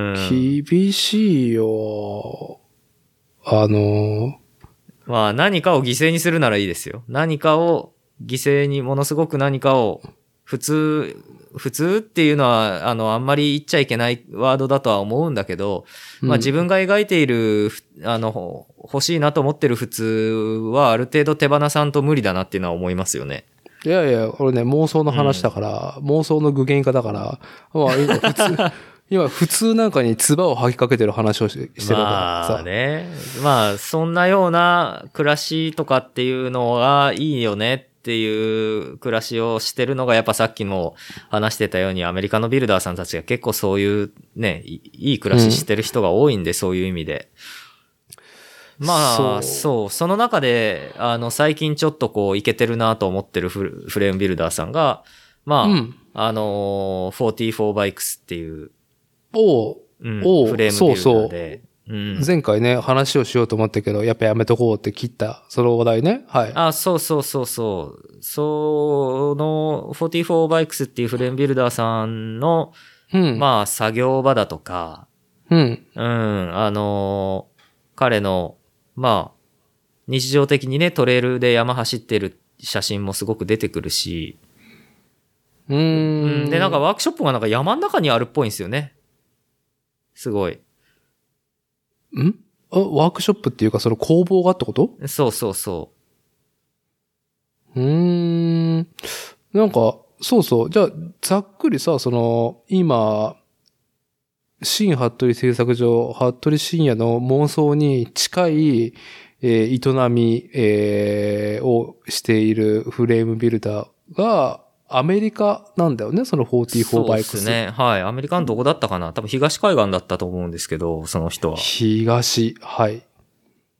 厳しいよ。あの。 まあ何かを犠牲にするならいいですよ。何かを犠牲に、ものすごく何かを普通、普通っていうのは、あの、あんまり言っちゃいけないワードだとは思うんだけど、うん、まあ自分が描いている、あの、欲しいなと思ってる普通はある程度手放さんと無理だなっていうのは思いますよね。 いやいや、俺ね、妄想の話だから、うん、妄想の具現化だから、まあ今普通、今普通なんかに唾を吐きかけてる話をしてるわけだからさ。 まあね。まあ、そんなような暮らしとかっていうのがいいよねっていう暮らしをしてるのがやっぱさっきも話してたようにアメリカのビルダーさんたちが結構そういうね、いい暮らししてる人が多いんで、うん、そういう意味で。まあ、そう、そう。その中で、あの、最近ちょっとこう、いけてるなと思ってるフ, フレームビルダーさんが、まあ、うん、あの、フォーティーフォーバイクスっていう、 おう、 うん、 おう、 フレームビルダーで。そうそう。うん、 前回ね、話をしようと思ったけど、やっぱやめとこうって切った、その話題ね。はい。 あ、そうそうそうそう。その、フォーティーフォーバイクスっていうフレームビルダーさんの、うん、まあ、作業場だとか、 うん。 うん、あの、彼の、まあ、日常的にね、トレイルで山走ってる写真もすごく出てくるし、 うーん。 で、なんかワークショップがなんか山の中にあるっぽいんですよね。すごい。 んあ、ワークショップっていうか、その工房がってこと？ そうそうそう。うーん。なんか、そうそう。じゃあ、ざっくりさ、その、今、新服部製作所、服部深也の妄想に近い、えー、営み、えー、をしているフレームビルダーが、アメリカなんだよね、そのフォーティーフォーバイクス。 そうですね。はい。アメリカのどこだったかな？多分東海岸だったと思うんですけど、その人は。 東、はい。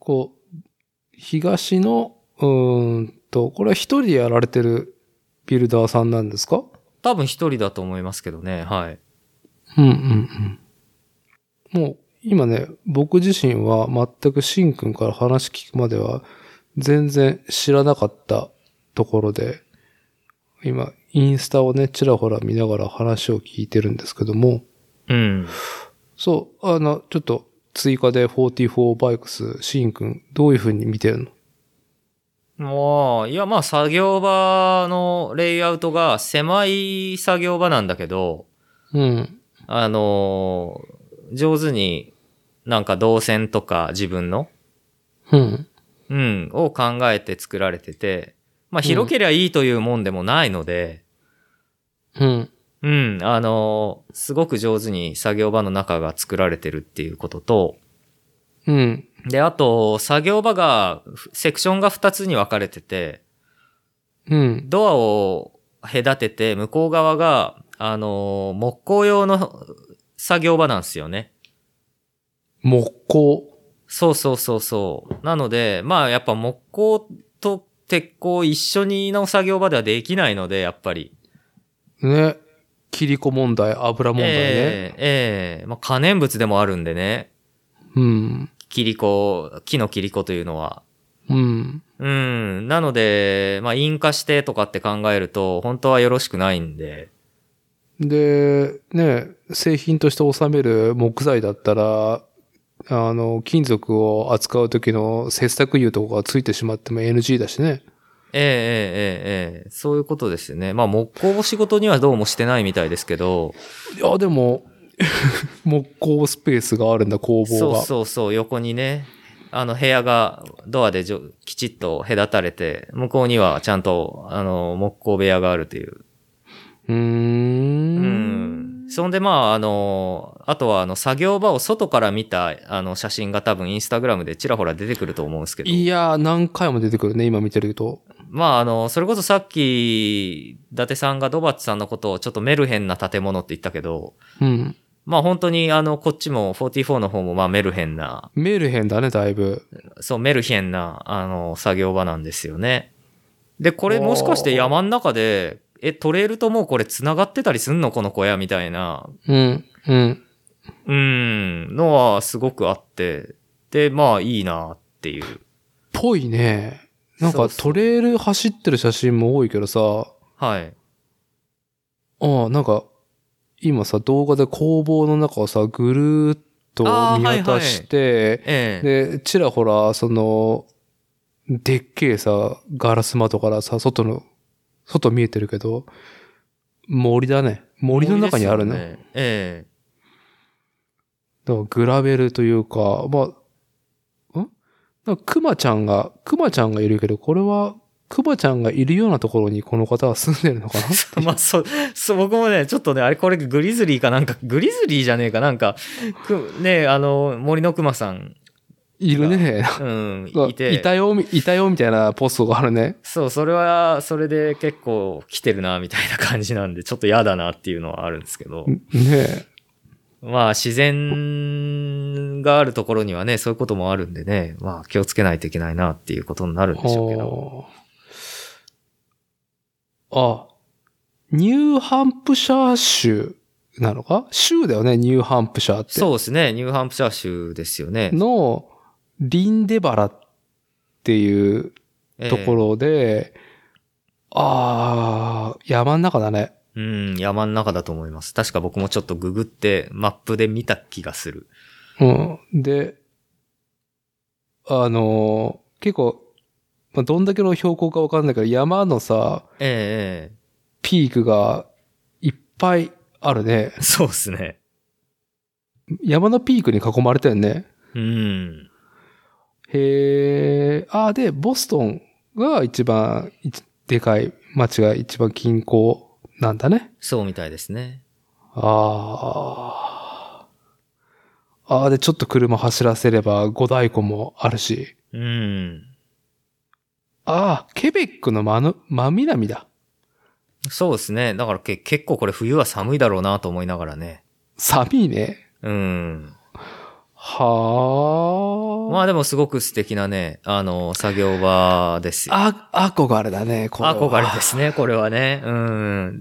こう、東の、うーんと、これは一人でやられてるビルダーさんなんですか？ 多分一人だと思いますけどね。はい。 うんうんうん。もう、今ね、僕自身は全くシンくんから話聞くまでは全然知らなかったところで、今、インスタをね、ちらほら見ながら話を聞いてるんですけども、 うん。 そう、あの、ちょっと追加でよんじゅうよんバイクス、シンくん、どういう風に見てるの？ もう、いや、まあ、作業場のレイアウトが狭い作業場なんだけど、 うん。 あのー、上手になんか動線とか自分の、 うん。 うん、を考えて作られてて、まあ、広ければいいというもんでもないので、 うん。 うん、あのー、すごく上手に作業場の中が作られてるっていうことと、 うん。 で、あと、作業場が、セクションがふたつに分かれてて、 うん。 ドアを隔てて、向こう側が、あのー、木工用の作業場なんですよね。 木工。 そうそうそうそう。なので、まあやっぱ木工と鉄工一緒にの作業場ではできないので、やっぱり。 ね。切り子問題、油問題ね。 ええええまあ可燃物でもあるんでね。 うん。 切り子、木の切り子というのは。 うん。 うん。なので、まあ引火してとかって考えると、本当はよろしくないんで。 で、ね、製品として収める木材だったら、あの、金属を扱う時の切削油とかがついてしまっても エヌジー だしね。 ええええええそういうことですよね。まあ木工を仕事にはどうもしてないみたいですけど。 いや、でも、木工スペースがあるんだ、工房そうが。 そうそう、横にね、あの部屋がドアでじょきちっと隔たれて、向こうにはちゃんと、あの、木工部屋があるという。 うーん。 うん。そんでまあ、あの、あとはあの、作業場を外から見た、あの、写真が多分インスタグラムでちらほら出てくると思うんですけど。 いやー、何回も出てくるね、今見てると。 まあ、あの、それこそさっき、伊達さんがドバッチさんのことをちょっとメルヘンな建物って言ったけど、 うん。 まあ本当にあの、こっちもよんじゅうよんの方もまあメルヘンな、 メルヘンだね、だいぶ。 そう、メルヘンな、あの、作業場なんですよね。で、これもしかして山の中で、え、トレイルともうこれ繋がってたりすんのこの小屋みたいな、 うん、うん。 うーん、のはすごくあって、で、まあいいなっていう。 ぽいね。なんかそうそうトレイル走ってる写真も多いけどさ、 はい。 ああ、なんか、今さ、動画で工房の中をさ、ぐるーっと見渡して、 ええ。 で、ちらほら、その、でっけえさ、ガラス窓からさ、外の、外見えてるけど、森だね。森の中にあるね。 森ですよね。ええ。 だからグラベルというか、まあ、んなんかクマちゃんが、クマちゃんがいるけど、これは、クマちゃんがいるようなところにこの方は住んでるのかなまあ、そう、そう、僕もね、ちょっとね、あれこれグリズリーかなんか、グリズリーじゃねえかなんか、く、ね、あの、森の熊さん。 いるね。 うん、いて。 いたよ、いたよみたいなポストがあるね。 そう、それは、それで結構来てるな、みたいな感じなんで、ちょっと嫌だなっていうのはあるんですけど。 ねえ。 まあ、自然があるところにはね、そういうこともあるんでね、まあ、気をつけないといけないなっていうことになるんでしょうけど。 あ、ニューハンプシャー州なのか？州だよね、ニューハンプシャーって。 そうですね、ニューハンプシャー州ですよね。 の、リンデバラっていうところで、えー、ああ、山の中だね。 うん、山の中だと思います。確か僕もちょっとググってマップで見た気がする。 うん。で、あのー、結構、まあ、どんだけの標高かわかんないけど、山のさ、 ええピークがいっぱいあるね。 そうですね。 山のピークに囲まれてるね。 うん。 へえ、ああ、で、ボストンが一番でかい街が一番近郊なんだね。 そうみたいですね。 ああ。ああ、で、ちょっと車走らせれば五大湖もあるし。 うん。 ああ、ケベックの真の、真南だ。 そうですね。だからけ結構これ冬は寒いだろうなと思いながらね。 寒いね。 うん。 はまあでもすごく素敵なね、あの、作業場ですよ。 あ、憧れだね、これは。 憧れですね、これはね。うん。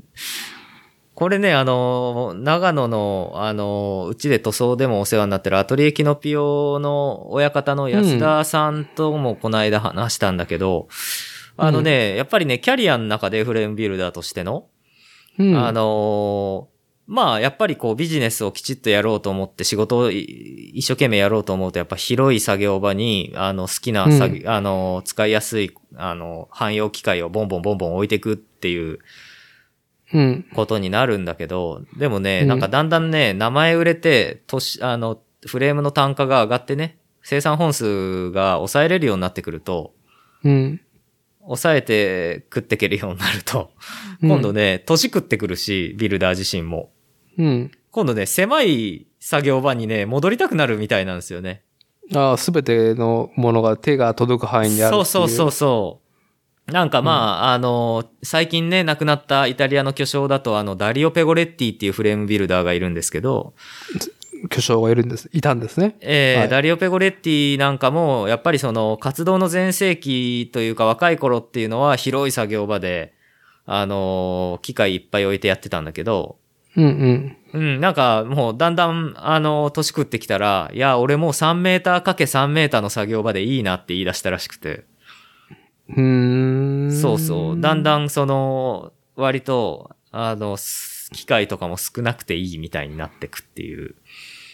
これね、あの、長野の、あの、うちで塗装でもお世話になってるアトリエキノピオの親方の安田さんともこの間話したんだけど、うん、あのね、やっぱりね、キャリアの中でフレームビルダーとしての、うん、あの、まあ、やっぱりこうビジネスをきちっとやろうと思って仕事を一生懸命やろうと思うと、やっぱ広い作業場に、あの、好きな作、うん、あの、使いやすい、あの、汎用機械をボンボンボンボン置いていくっていう、うん。ことになるんだけど、でもね、うん、なんかだんだんね、名前売れて、年、あの、フレームの単価が上がってね、生産本数が抑えれるようになってくると、うん。抑えて食っていけるようになると、うん、今度ね、年食ってくるし、ビルダー自身も。うん。今度ね、狭い作業場にね、戻りたくなるみたいなんですよね。 ああ、すべてのものが手が届く範囲にあるっていう。 そうそうそうそう。なんかまあ、うん、あの、最近ね、亡くなったイタリアの巨匠だと、あの、ダリオ・ペゴレッティっていうフレームビルダーがいるんですけど、 巨匠がいるんです、いたんですね。 えーはい、ダリオ・ペゴレッティなんかも、やっぱりその、活動の全盛期というか若い頃っていうのは広い作業場で、あの、機械いっぱい置いてやってたんだけど、うんうん。うん、なんかもうだんだん、あの、年食ってきたら、いや、俺もうさんメーターかけさんメーターの作業場でいいなって言い出したらしくて。 うーん。 そうそう。だんだんその、割と、あの、機械とかも少なくていいみたいになってくっていう。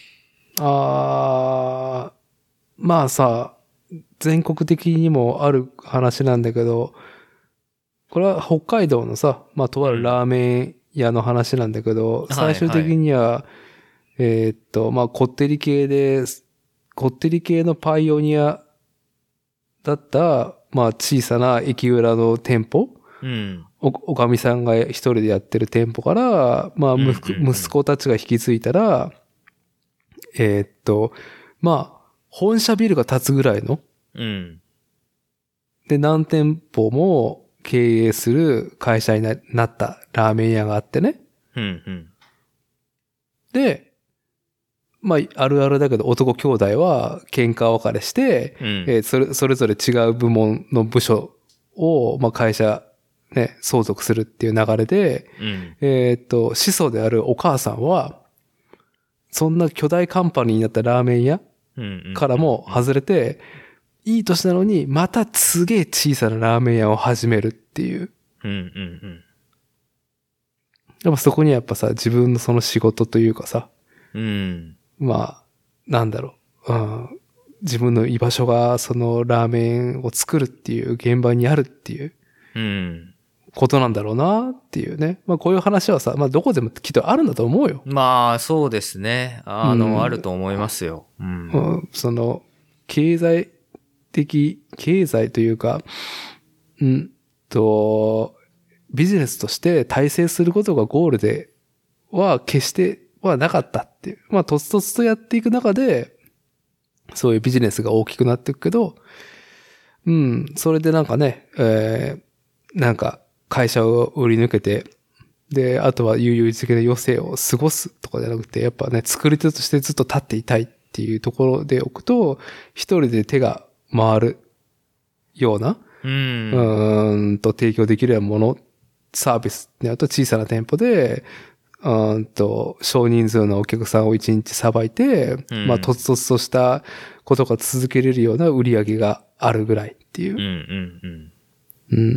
あー、まあさ、全国的にもある話なんだけど、これは北海道のさ、まあとあるラーメン屋の話なんだけど、うん、最終的には、はいはい、えー、っと、まあこってり系で、こってり系のパイオニアだった、まあ小さな駅裏の店舗、うん、お、おかみさんが一人でやってる店舗から、まあ息、うんうんうん、息子たちが引き継いだら、えー、っと、まあ、本社ビルが建つぐらいの、うん、で、何店舗も経営する会社になったラーメン屋があってね。うんうん、で、まあ、あるあるだけど男兄弟は喧嘩別れして、うんえー、それ、それぞれ違う部門の部署を、まあ、会社、ね、相続するっていう流れで、うん、えー、っと、始祖であるお母さんは、そんな巨大カンパニーになったラーメン屋からも外れて、いい年なのに、またすげえ小さなラーメン屋を始めるっていう。うんうんうん。やっぱそこにはやっぱさ、自分のその仕事というかさ、うん、まあ、なんだろう、うん、自分の居場所がそのラーメンを作るっていう現場にあるっていう、うん、ことなんだろうなっていうね。まあこういう話はさ、まあどこでもきっとあるんだと思うよ。 まあそうですね。あの、うん、あると思いますよ。うんうん、その、経済的、経済というか、うんと、ビジネスとして体制することがゴールでは決してはなかったっていう。まあ、とつとつとやっていく中で、そういうビジネスが大きくなっていくけど、うん、それでなんかね、えー、なんか会社を売り抜けて、で、あとは悠々自適な余生を過ごすとかじゃなくて、やっぱね、作り手としてずっと立っていたいっていうところでおくと、一人で手が回るような、うん、うーんと提供できるようなもの、サービスってなると小さな店舗で、うんと少人数のお客さんを一日さばいて、うん、まあ、とつとつとしたことが続けれるような売り上げがあるぐらいっていう。うんうんうん。うん。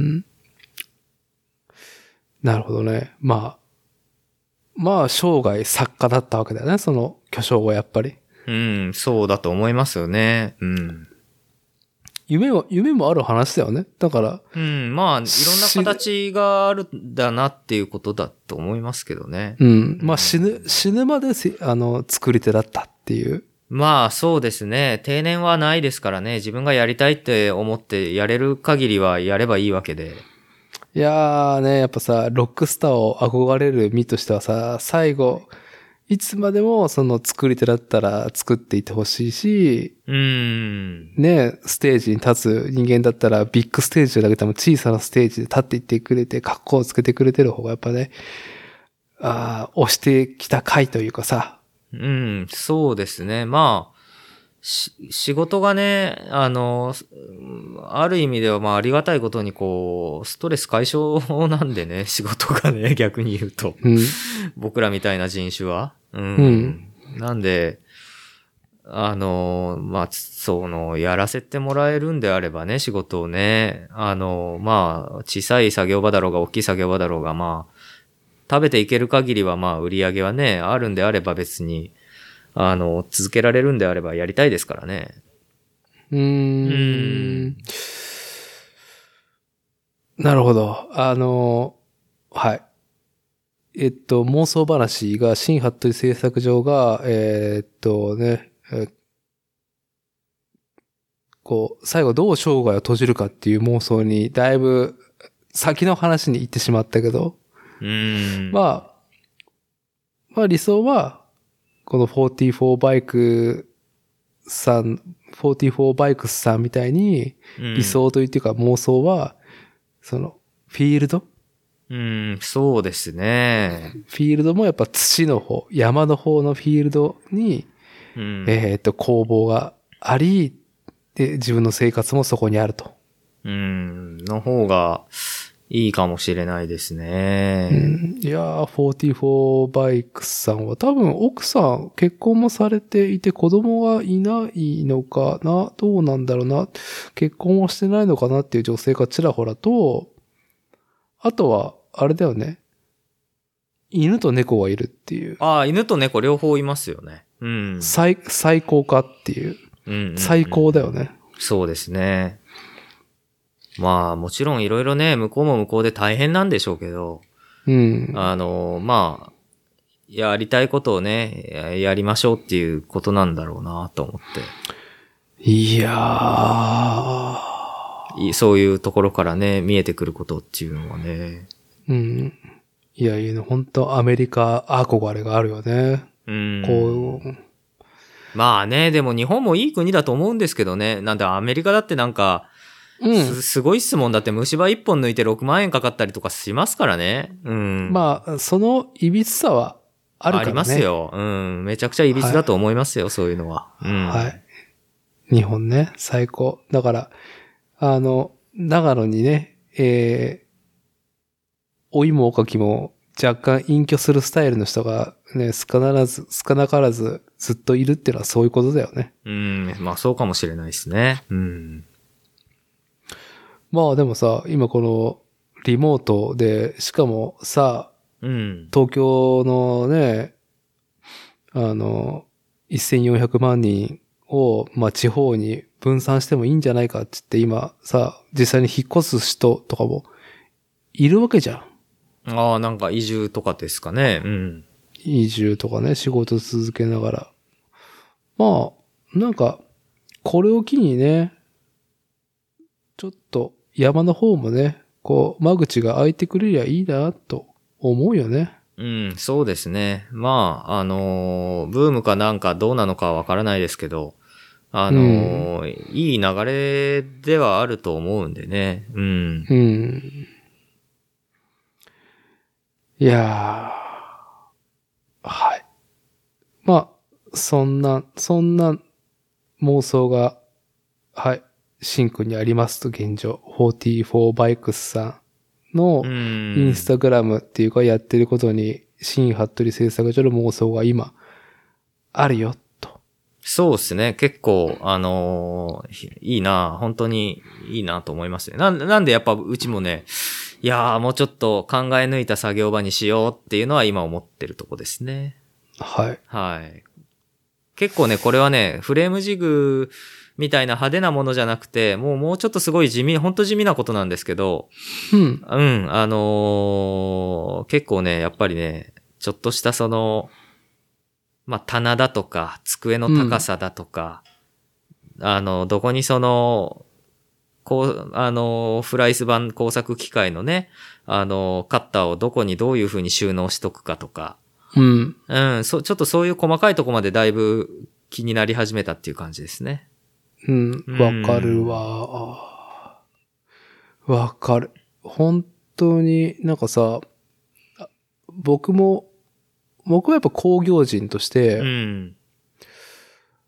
なるほどね。まあ、まあ、生涯作家だったわけだよね、その巨匠はやっぱり。 うん、そうだと思いますよね。うん。 夢は、夢もある話だよね。だから。 うん、まあ、いろんな形があるんだなっていうことだと思いますけどね。 うん。まあ、死ぬ、死ぬまであの、作り手だったっていう。 まあ、そうですね。定年はないですからね。自分がやりたいって思ってやれる限りはやればいいわけで。 いやーね、やっぱさ、ロックスターを憧れる身としてはさ、最後、いつまでもその作り手だったら作っていてほしいし、うーん。ね、ステージに立つ人間だったらビッグステージじゃなくても小さなステージで立っていってくれて、格好をつけてくれてる方がやっぱね、ああ、押してきた回というかさ。 うん、そうですね。まあ、 し、仕事がね、あの、ある意味ではまあありがたいことにこう、ストレス解消なんでね、仕事がね、逆に言うと。 うん。 僕らみたいな人種は。うん。 うん、 なんで、あの、まあ、その、やらせてもらえるんであればね、仕事をね、あの、まあ、小さい作業場だろうが、大きい作業場だろうが、まあ、食べていける限りは、まあ、売り上げはね、あるんであれば別に、あの、続けられるんであればやりたいですからね。 うーん。なるほど。あの、はい。えっと、妄想話が、新服部製作所が、えーっとね、えこう、最後どう生涯を閉じるかっていう妄想に、だいぶ先の話に行ってしまったけど、 うーん。 まあ、まあ理想は、このフォーティーフォーバイクさん、フォーティーフォーバイクスさんみたいに、理想というか妄想は、その、フィールドうん、そうですね。 フィールドもやっぱ土の方、山の方のフィールドに、 うん、 えっと、工房があり、で、自分の生活もそこにあると。 うん、の方がいいかもしれないですうね。 ん、いやー、フォーティーフォーバイクさんは多分奥さん結婚もされていて子供がいないのかな、どうなんだろうな、結婚はしてないのかなっていう女性がちらほらと、あとは、あれだよね。犬と猫がいるっていう。 ああ、犬と猫両方いますよね。うん。 最、最高かっていう。 うんうんうん、 最高だよね。 そうですね。まあ、もちろんいろいろね、向こうも向こうで大変なんでしょうけど、 うん。 あの、まあ、やりたいことをね、ややりましょうっていうことなんだろうなと思って。 いやいそういうところからね、見えてくることっていうのはね。 ー。うん。いやいや、本当アメリカ憧れがあるよね。 うん。 こう。 まあね、でも日本もいい国だと思うんですけどね。なんでアメリカだってなんか、 うん、 す、すごい質問だって虫歯一本抜いてろくまん円かかったりとかしますからね。うん。 まあ、その歪さはあるからね。 ありますよ。うん。めちゃくちゃ歪だと思いますよ、はい、そういうのは。うん。 はい。日本ね、最高。だから、あの、長野にね、えー、お芋おかきも若干隠居するスタイルの人がね、少ならず、少なからずずっといるっていうのはそういうことだよね。 うん。まあそうかもしれないですね。うん。 まあでもさ、今このリモートで、しかもさ、 うん。 東京のね、あの、せんよんひゃくまん人を、まあ地方に分散してもいいんじゃないかって言って今さ、実際に引っ越す人とかもいるわけじゃん。 ああ、なんか移住とかですかね。うん。 移住とかね、仕事続けながら。まあ、なんか、これを機にね、ちょっと山の方もね、こう、間口が開いてくれりゃいいな、と思うよね。 うん、そうですね。まあ、あのー、ブームかなんかどうなのかわからないですけど、あのーうん、いい流れではあると思うんでね。うん。 うん。いやー、はい。まあ、そんな、そんな妄想が、はい、シンクにありますと現状。フォーティーフォーバイクスさんのインスタグラムっていうかやってることに、新服部製作所の妄想が今、あるよ、と。 そうですね。結構、あのー、いいな、本当にいいなと思いますね。な、なんでやっぱうちもね、いやーもうちょっと考え抜いた作業場にしようっていうのは今思ってるとこですね。 はい。 はい。結構ね、これはね、フレームジグみたいな派手なものじゃなくて、もうもうちょっとすごい地味、ほんと地味なことなんですけど、 うん。 うん、あのー、結構ね、やっぱりね、ちょっとしたその、まあ、棚だとか、机の高さだとか、うん、あの、どこにその、こう、あの、フライス板工作機械のね、あの、カッターをどこにどういう風に収納しとくかとか、 うん。 うん、そ、ちょっとそういう細かいとこまでだいぶ気になり始めたっていう感じですね。 うん、わかるわ。わかる。本当になんかさ、僕も、僕はやっぱ工業人として、 うん、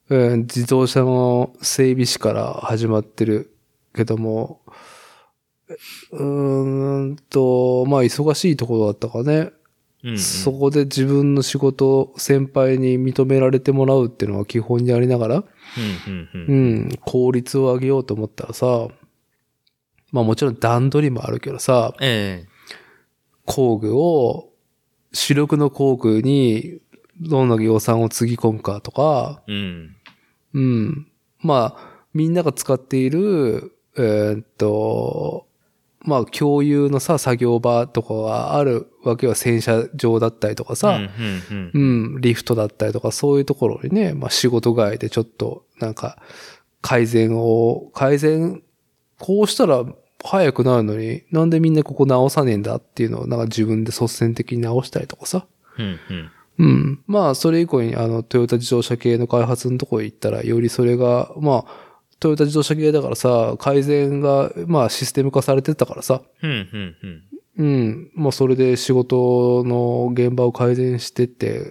うん、自動車の整備士から始まってるけども、うーんと、まあ忙しいところだったかね。 うんうん、 そこで自分の仕事を先輩に認められてもらうっていうのが基本にありながら、 うんうんううんん、効率を上げようと思ったらさ、まあもちろん段取りもあるけどさ、 ええ工具を、主力の工具にどんな予算をつぎ込むかとか、 うんうん。まあ、みんなが使っている、えーっと、まあ、共有のさ、作業場とかがあるわけは洗車場だったりとかさ、 うんうんううんん、リフトだったりとか、そういうところにね、まあ仕事外でちょっと、なんか、改善を、改善、こうしたら早くなるのに、なんでみんなここ直さねえんだっていうのを、なんか自分で率先的に直したりとかさ。 うんうんうん。まあ、それ以降に、あの、トヨタ自動車系の開発のところに行ったら、よりそれが、まあ、トヨタ自動車系だからさ、改善が、まあ、システム化されてたからさ、 うんうんうんうん。まあ、それで仕事の現場を改善してって、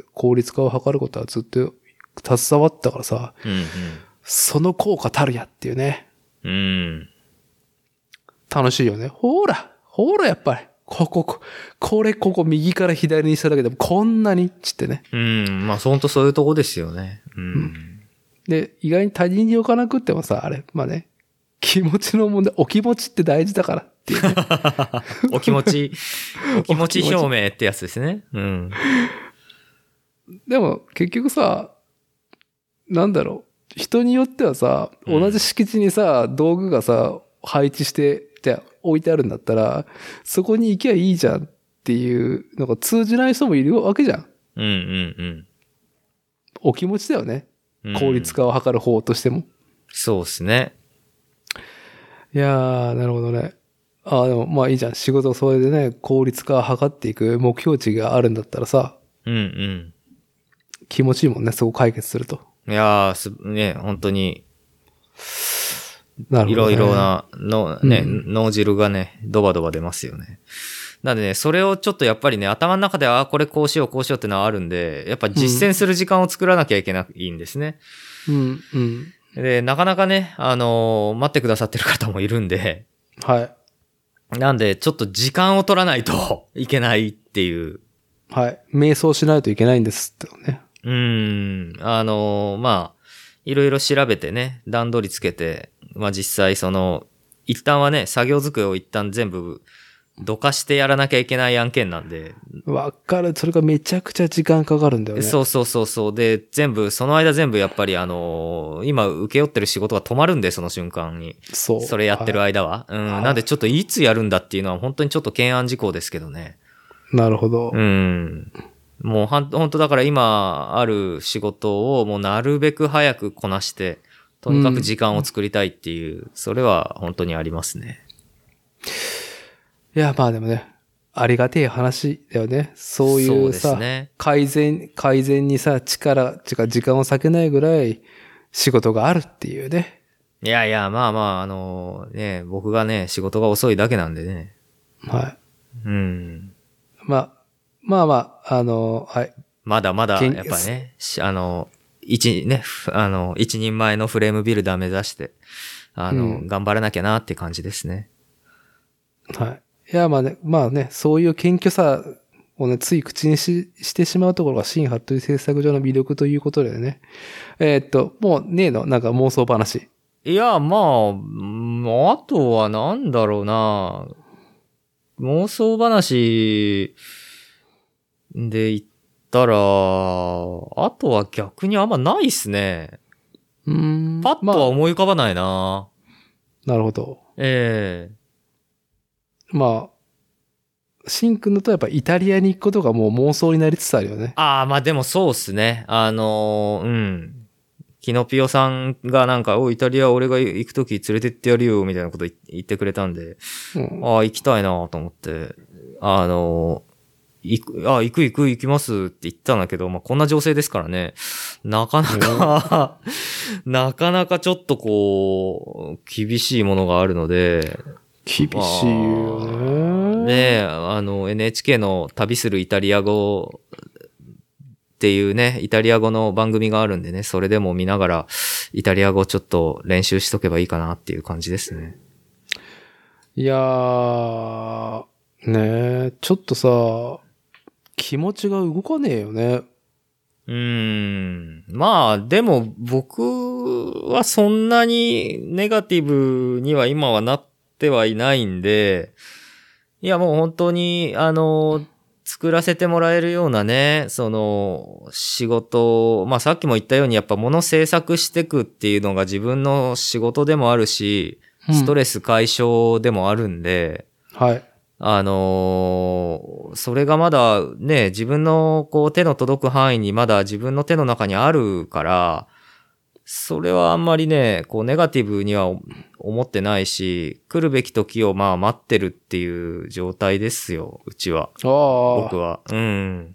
効率化を図ることはずっと携わったからさ、 うんその効果たるやっていうね。 うんうん楽しいよね。ほら、ほら、やっぱり。ここ、ここれ、ここ、右から左にしただけでも、こんなにっちってね。 うんまあほんとそういうとこですよね。うんで、意外に他人に置かなくってもさ、あれ、まあね、気持ちの問題、お気持ちって大事だからっていうね。 お気持ち、お気持ち表明ってやつですね。うん。 でも、結局さ、なんだろう。人によってはさ、 うん同じ敷地にさ、道具がさ、配置して、じゃあ置いてあるんだったら、そこに行きゃいいじゃんっていうのが通じない人もいるわけじゃん。 うんうんお気持ちだよね。 うん。 効率化を図る方としても。 そうですね。 いやー、なるほどね。ああ、でもまあいいじゃん。仕事それでね、効率化を図っていく目標値があるんだったらさ、 うんうん。 気持ちいいもんね、そこ解決すると。 いやー、す、ね、本当に、 なるほど、ね。 いろいろな、の、ね、 うん脳汁がね、ドバドバ出ますよね。なんでね、それをちょっとやっぱりね、頭の中で、ああ、これこうしよう、こうしようってのはあるんで、やっぱ実践する時間を作らなきゃいけないんですね。 うん、うん。 で、なかなかね、あのー待ってくださってる方もいるんで、 はい。 なんで、ちょっと時間を取らないといけないっていう。 はい。瞑想しないといけないんですってね。 うーん、あのーまあ、いろいろ調べてね、段取りつけて、まあ実際その、一旦はね、作業机を一旦全部、どかしてやらなきゃいけない案件なんで。 わかる。それがめちゃくちゃ時間かかるんだよね。 そうそうそうそう。で、全部、その間全部やっぱりあのー今請け負ってる仕事が止まるんで、その瞬間に。 そう。 それやってる間は。うん。 はいなんでちょっといつやるんだっていうのは本当にちょっと懸案事項ですけどね。 なるほど。 うん。もうはん、本当だから今ある仕事をもうなるべく早くこなして、とにかく時間を作りたいっていう、それは本当にありますね。 いや、まあでもね、ありがてえ話だよね。そういそううさ、 ですね改善、改善にさ、力、てか時間を割けないぐらい仕事があるっていうね。 いやいや、まあまあ、あのね、僕がね、仕事が遅いだけなんでね。 はい。 うん。 まあ、まあまあ、あの、はい。 まだまだ、 けんやっぱね、しあの、一、ね、ふあの、一人前のフレームビルダー目指して、あの、 うん頑張らなきゃなって感じですね。 はい。いや、まあね、まあね、そういう謙虚さをね、つい口にししてしまうところが新服部製作所の魅力ということでね。えーっと、もうねえの、なんか妄想話。 いや、まあ、うんあとはなんだろうな。妄想話で言ったら、あとは逆にあんまないっすね。 うーん。 パッとまあ、 は思い浮かばないな。 なるほど。 ええまあ、シンくんのとやっぱイタリアに行くことがもう妄想になりつつあるよね。 ああ、まあでもそうっすね。あのーうん。キノピオさんがなんか、おイタリア俺が行くとき連れてってやるよ、みたいなこと言ってくれたんで、 うん。 ああ、行きたいなと思って、あのー行く、ああ、行く行く行きますって言ったんだけど、まあこんな情勢ですからね、なかなか、なかなかちょっとこう、厳しいものがあるので、 厳しいよね。 ねえ、あの、エヌエイチケー の旅するイタリア語っっていうね、イタリア語の番組があるんでね、それでも見ながら、イタリア語ちょっと練習しとけばいいかなっていう感じですね。 いやー、ねえ、ちょっとさ、気持ちが動かねえよね。 うーん。まあ、でも僕はそんなにネガティブには今はなってはいないんで、いやもう本当に、あの、作らせてもらえるようなね、その、仕事、まあさっきも言ったようにやっぱ物制作してくっていうのが自分の仕事でもあるし、ストレス解消でもあるんで、 うん、はい。 あのー、それがまだね、自分のこう手の届く範囲にまだ自分の手の中にあるから、それはあんまりね、こうネガティブには思ってないし、来るべき時をまあ待ってるっていう状態ですよ、うちは。僕は。うん。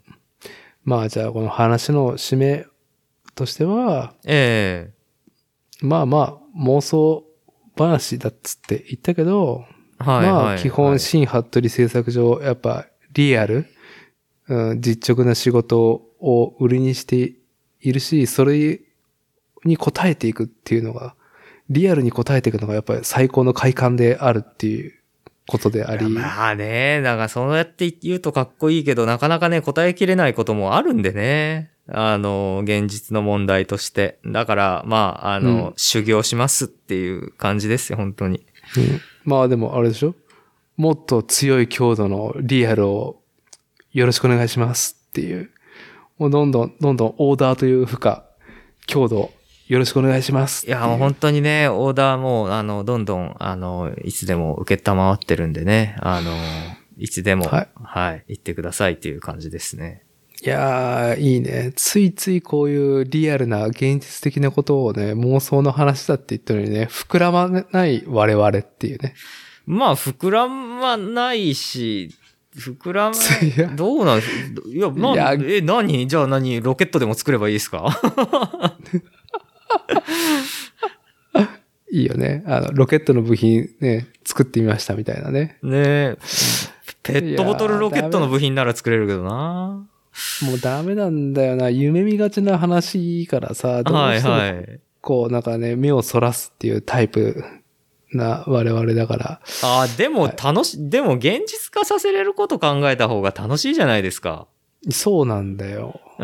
まあじゃあこの話の締めとしては、 ええまあまあ妄想話だっつって言ったけど、 はい、 まはい。 あ基本新服部製作所、やっぱリアル、うん、実直な仕事を売りにしているし、それに応えていくっていうのが、リアルに応えていくのがやっぱり最高の快感であるっていうことであり。 まあね、なんかそうやって言うとかっこいいけど、なかなかね、答えきれないこともあるんでね。あの、現実の問題として。だから、まあ、あの、うん、修行しますっていう感じですよ、本当に。 うん、まあでもあれでしょ？もっと強い強度のリアルをよろしくお願いしますっていう。もうどんどん、どんどんオーダーという負荷、強度よろしくお願いしますいや、もう本当にね、オーダーも、あの、どんどん、あの、いつでも受けたまわってるんでね、あの、いつでも、はい、はい、言ってくださいっていう感じですね。 いやー、いいね。ついついこういうリアルな現実的なことをね、妄想の話だって言ったのにね、膨らまない我々っていうね。 まあ、膨らまないし、膨らま、どうなんいや、まあ、え、何じゃあ何ロケットでも作ればいいですかいいよね。あの、ロケットの部品ね、作ってみましたみたいなね。 ねえ。ペットボトルロケットの部品なら作れるけどな。 もうダメなんだよな。夢見がちな話からさ、どうしても、はいはい、こうなんかね、目をそらすっていうタイプな我々だから。 ああ、でも楽し、はい、でも現実化させれること考えた方が楽しいじゃないですか。 そうなんだよ。 うん。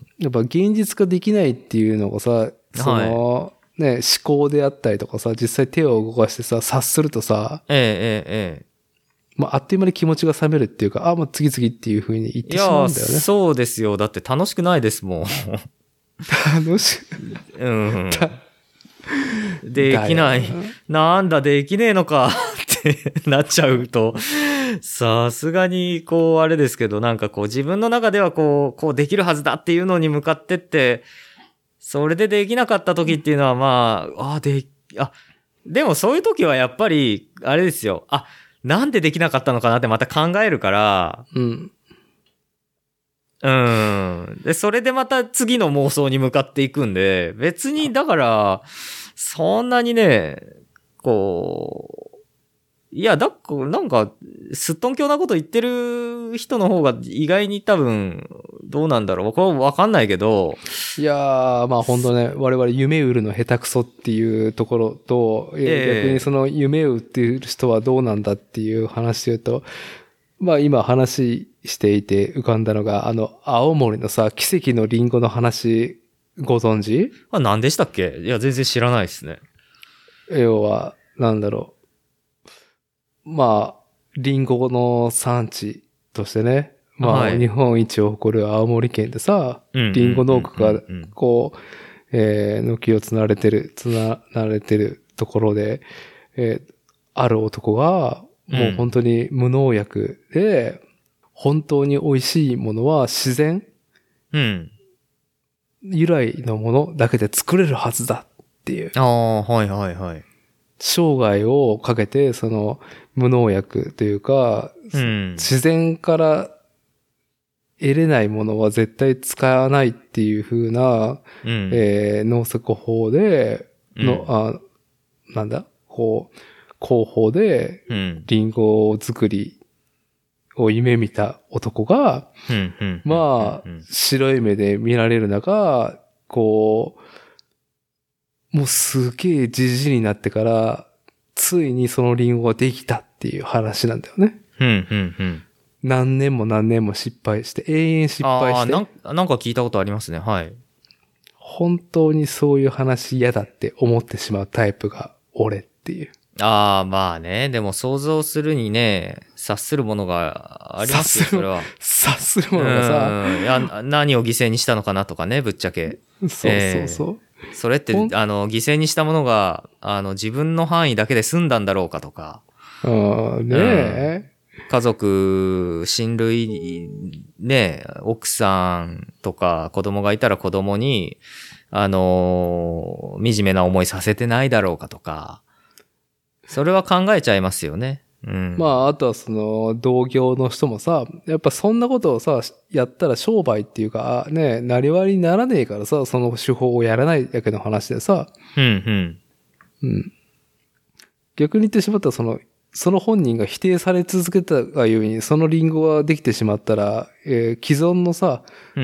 やっぱ現実化できないっていうのがさ、その、はい、ね、思考であったりとかさ、実際手を動かしてさ、察するとさ、 ええええええ。 まあ、あっという間に気持ちが冷めるっていうか、あ、もう次々っていう風に言ってしまうんだよね。 いや、そうですよ。だって楽しくないですもん。 楽しく。 うん。できない。なんだ、できねえのかってなっちゃうと、さすがに、こう、あれですけど、なんかこう、自分の中ではこう、こうできるはずだっていうのに向かってって、それでできなかった時っていうのは、まあ、あ、で、あ、でもそういう時はやっぱり、あれですよ。あ、なんでできなかったのかなってまた考えるから、 うん。 うん。で、それでまた次の妄想に向かっていくんで、別に、だから、そんなにね、こう、いや、だっか、なんか、すっとんきょうなこと言ってる人の方が意外に多分、どうなんだろう。これわかんないけど。 いやー、まあ本当ね、我々夢売るの下手くそっていうところと、えー、逆にその夢を売っている人はどうなんだっていう話で言うと、まあ今話していて浮かんだのが、あの、青森のさ、奇跡のリンゴの話、ご存知？ あ、何でしたっけ？いや、全然知らないですね。 要は、なんだろう。まあ、リンゴの産地としてね、まあ、はい、日本一を誇る青森県でさ、リンゴ農家が、こう、えー、軒をつなれてる、つなられてるところで、えー、ある男が、もう本当に無農薬で、うん、本当に美味しいものは自然、 うん、 由来のものだけで作れるはずだっていう。 ああ、はいはいはい。 生涯をかけて、その無農薬というか、うん、自然から得れないものは絶対使わないっていう風な、うんえー、農作法での、うん、あ、なんだ、こう、工法でリンゴ作りを夢見た男が、 うんうんまあ、白い目で見られる中、こう、もうすげえじじいになってから、ついにそのリンゴができたっていう話なんだよね。 うんうんうん。 何年も何年も失敗して、永遠失敗して。 ああ、なんなんか聞いたことありますね。はい。 本当にそういう話嫌だって思ってしまうタイプが俺っていう。 ああ、まあね。でも想像するにね、察するものがありますよ、それは。 察するものがさ。 うん。いや、何を犠牲にしたのかなとかね、ぶっちゃけ。 そうそうそう。 えー、それって、あの、犠牲にしたものが、あの、自分の範囲だけで済んだんだろうかとか。 ああ、ねえ、 うん。家族、親類、ね、奥さんとか子供がいたら子供に、あの、惨めな思いさせてないだろうかとか。それは考えちゃいますよね。うん。 まあ、あとはその、同業の人もさ、やっぱそんなことをさ、やったら商売っていうか、ね、なりわりにならねえからさ、その手法をやらないだけの話でさ。 うん、うん。 うん。逆に言ってしまったら、その、その本人が否定され続けたがゆえに、そのリンゴができてしまったら、えー、既存のさ、 うん。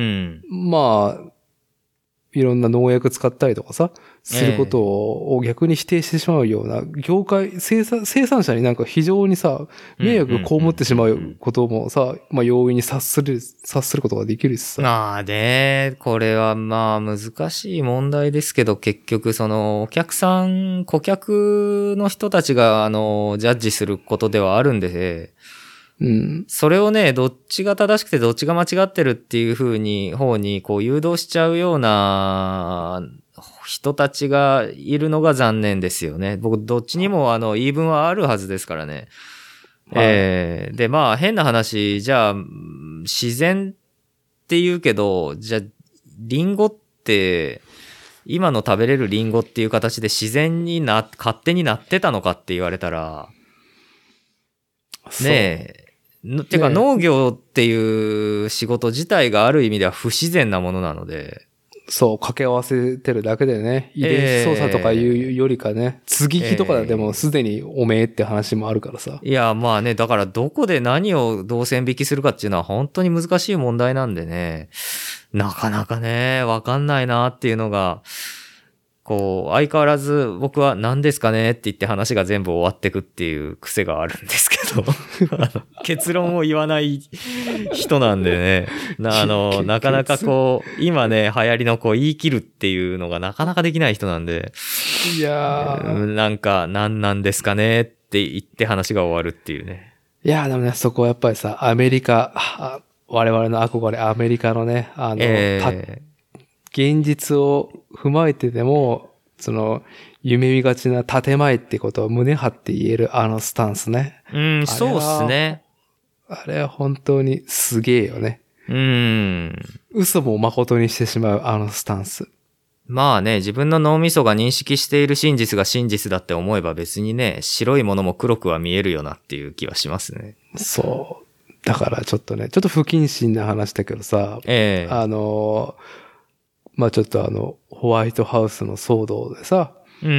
まあ、いろんな農薬使ったりとかさ、することを逆に否定してしまうような、業界、生産、生産者になんか非常にさ、迷惑を被ってしまうこともさ、まあ容易に察する、察することができるしさ。 まあね、これはまあ難しい問題ですけど、結局そのお客さん、顧客の人たちがあの、ジャッジすることではあるんで、 うん、 それをね、どっちが正しくてどっちが間違ってるっていう風に、方にこう誘導しちゃうような人たちがいるのが残念ですよね。僕、どっちにもあの、言い分はあるはずですからね。はい、えー、で、まあ、変な話、じゃあ、自然って言うけど、じゃあ、リンゴって、今の食べれるリンゴっていう形で自然にな、勝手になってたのかって言われたら、ねえ、てか農業っていう仕事自体がある意味では不自然なものなので。 そう、掛け合わせてるだけでね、遺伝子操作とかいうよりかね、接ぎ木とかでもすでにおめえって話もあるからさ。 いや、まあね、だからどこで何をどう線引きするかっていうのは本当に難しい問題なんでね、なかなかね、わかんないなっていうのが、こう、相変わらず僕は何ですかねって言って話が全部終わってくっていう癖があるんですけど、結論を言わない人なんでね、あの、なかなかこう、今ね、流行りのこう言い切るっていうのがなかなかできない人なんで、 いやー、 なんか何なんですかねって言って話が終わるっていうね。 いやーでもね、そこはやっぱりさ、アメリカ、我々の憧れ、アメリカのね、あの、えー現実を踏まえてでも、その、夢見がちな建前ってことを胸張って言えるあのスタンスね。 うん、そうっすね。 あれは本当にすげえよね。 うん。 嘘も誠にしてしまうあのスタンス。 まあね、自分の脳みそが認識している真実が真実だって思えば別にね、白いものも黒くは見えるよなっていう気はしますね。 そう。だからちょっとね、ちょっと不謹慎な話だけどさ、 ええー、 あの、まあちょっとあの、ホワイトハウスの騒動でさ、 うんうん。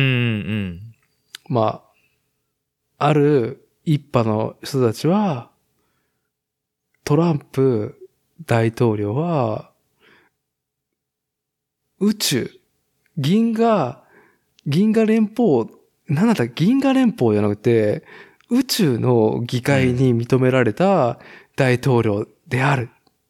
まあ、ある一派の人たちは、トランプ大統領は、宇宙、銀河、銀河連邦、なんだった銀河連邦じゃなくて、宇宙の議会に認められた大統領である。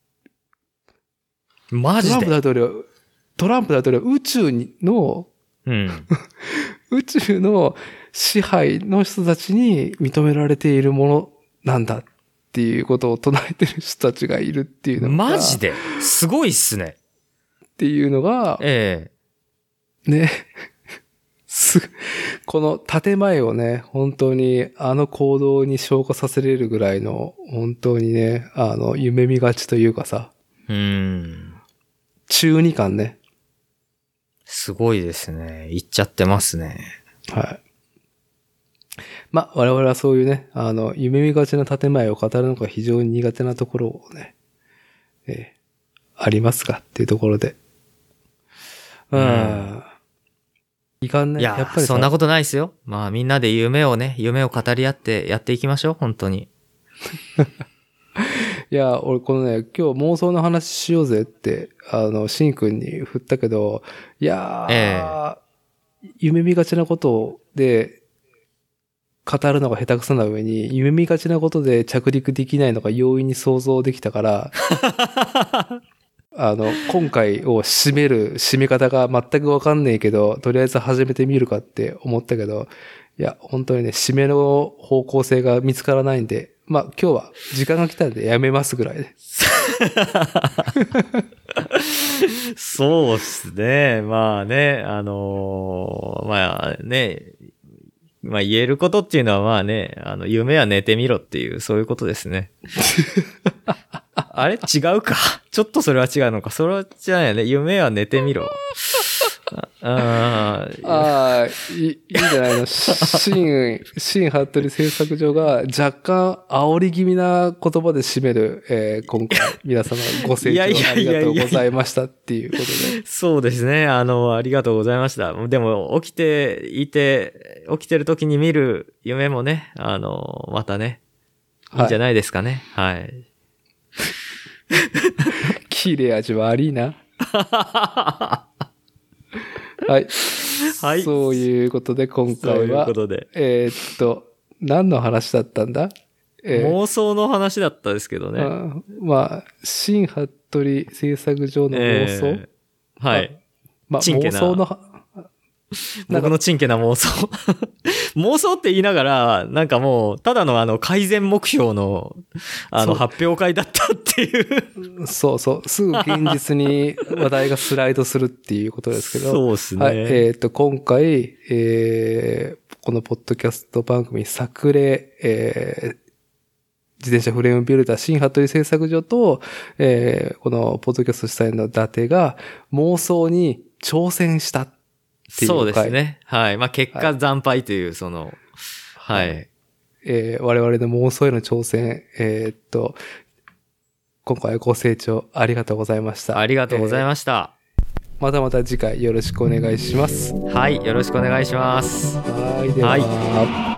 うん、マジで？ トランプ大統領、トランプ大統領は宇宙の、 うん、 宇宙の支配の人たちに認められているものなんだっていうことを唱えてる人たちがいるっていうのが。 マジですごいっすね。 っていうのが、 ええね、す、この建前をね、本当にあの行動に昇華させれるぐらいの、本当にね、あの、夢見がちというかさ、 うん。 中二感ね。 すごいですね。言っちゃってますね。 はい。まあ、我々はそういうね、あの、夢見がちな建前を語るのが非常に苦手なところをね、えー、ありますがっていうところで。うん。いかんね。 いや、 やっぱりそんなことないですよ。まあみんなで夢をね、夢を語り合ってやっていきましょう、本当に。 いや、俺このね、今日妄想の話しようぜって、あの、シンくんに振ったけど、いやー、ええ、夢見がちなことで、語るのが下手くそな上に、夢見がちなことで着陸できないのが容易に想像できたから、あの、今回を締める締め方が全くわかんねえけど、とりあえず始めてみるかって思ったけど、いや、本当にね、締めの方向性が見つからないんで、まあ今日は時間が来たんでやめますぐらいで。 そうですね。まあね、あのー、まあね、まあ言えることっていうのはまあね、あの、夢は寝てみろっていう、そういうことですね。あれ違うか。ちょっとそれは違うのか。それは違うよね。夢は寝てみろ。ああ、いい、いいんじゃないの。新、新服部製作所が若干煽り気味な言葉で締める、えー、今回皆様ご清聴ありがとうございましたっていうことで。 そうですね。あの、ありがとうございました。でも、起きていて、起きてる時に見る夢もね、あの、またね、いいんじゃないですかね。はい。はい、 切れ味悪いな。はい。はい。そういうことで今回は、そういうことでえー、っと、何の話だったんだ、 えー、妄想の話だったですけどね。 あまあ、新服部製作所の妄想、えー、はい。 まあ、妄想の、 僕のチンケな妄想。妄想って言いながら、なんかもう、ただのあの、改善目標の、あの、発表会だったっていう。 そうそう。すぐ現実に話題がスライドするっていうことですけど。 そうですね。はい。 えっと、今回、えー、このポッドキャスト番組、作例、えー、自転車フレームビルダー新服部製作所と、えー、このポッドキャスト主催の伊達が妄想に挑戦した。 そうですね。はい。まあ、結果惨敗という、その、はい。はい、 えー、我々の妄想への挑戦、えー、っと、今回はご清聴ありがとうございました。 ありがとうございました。 えー、またまた次回よろしくお願いします。 はい。よろしくお願いします。 はい。では。はい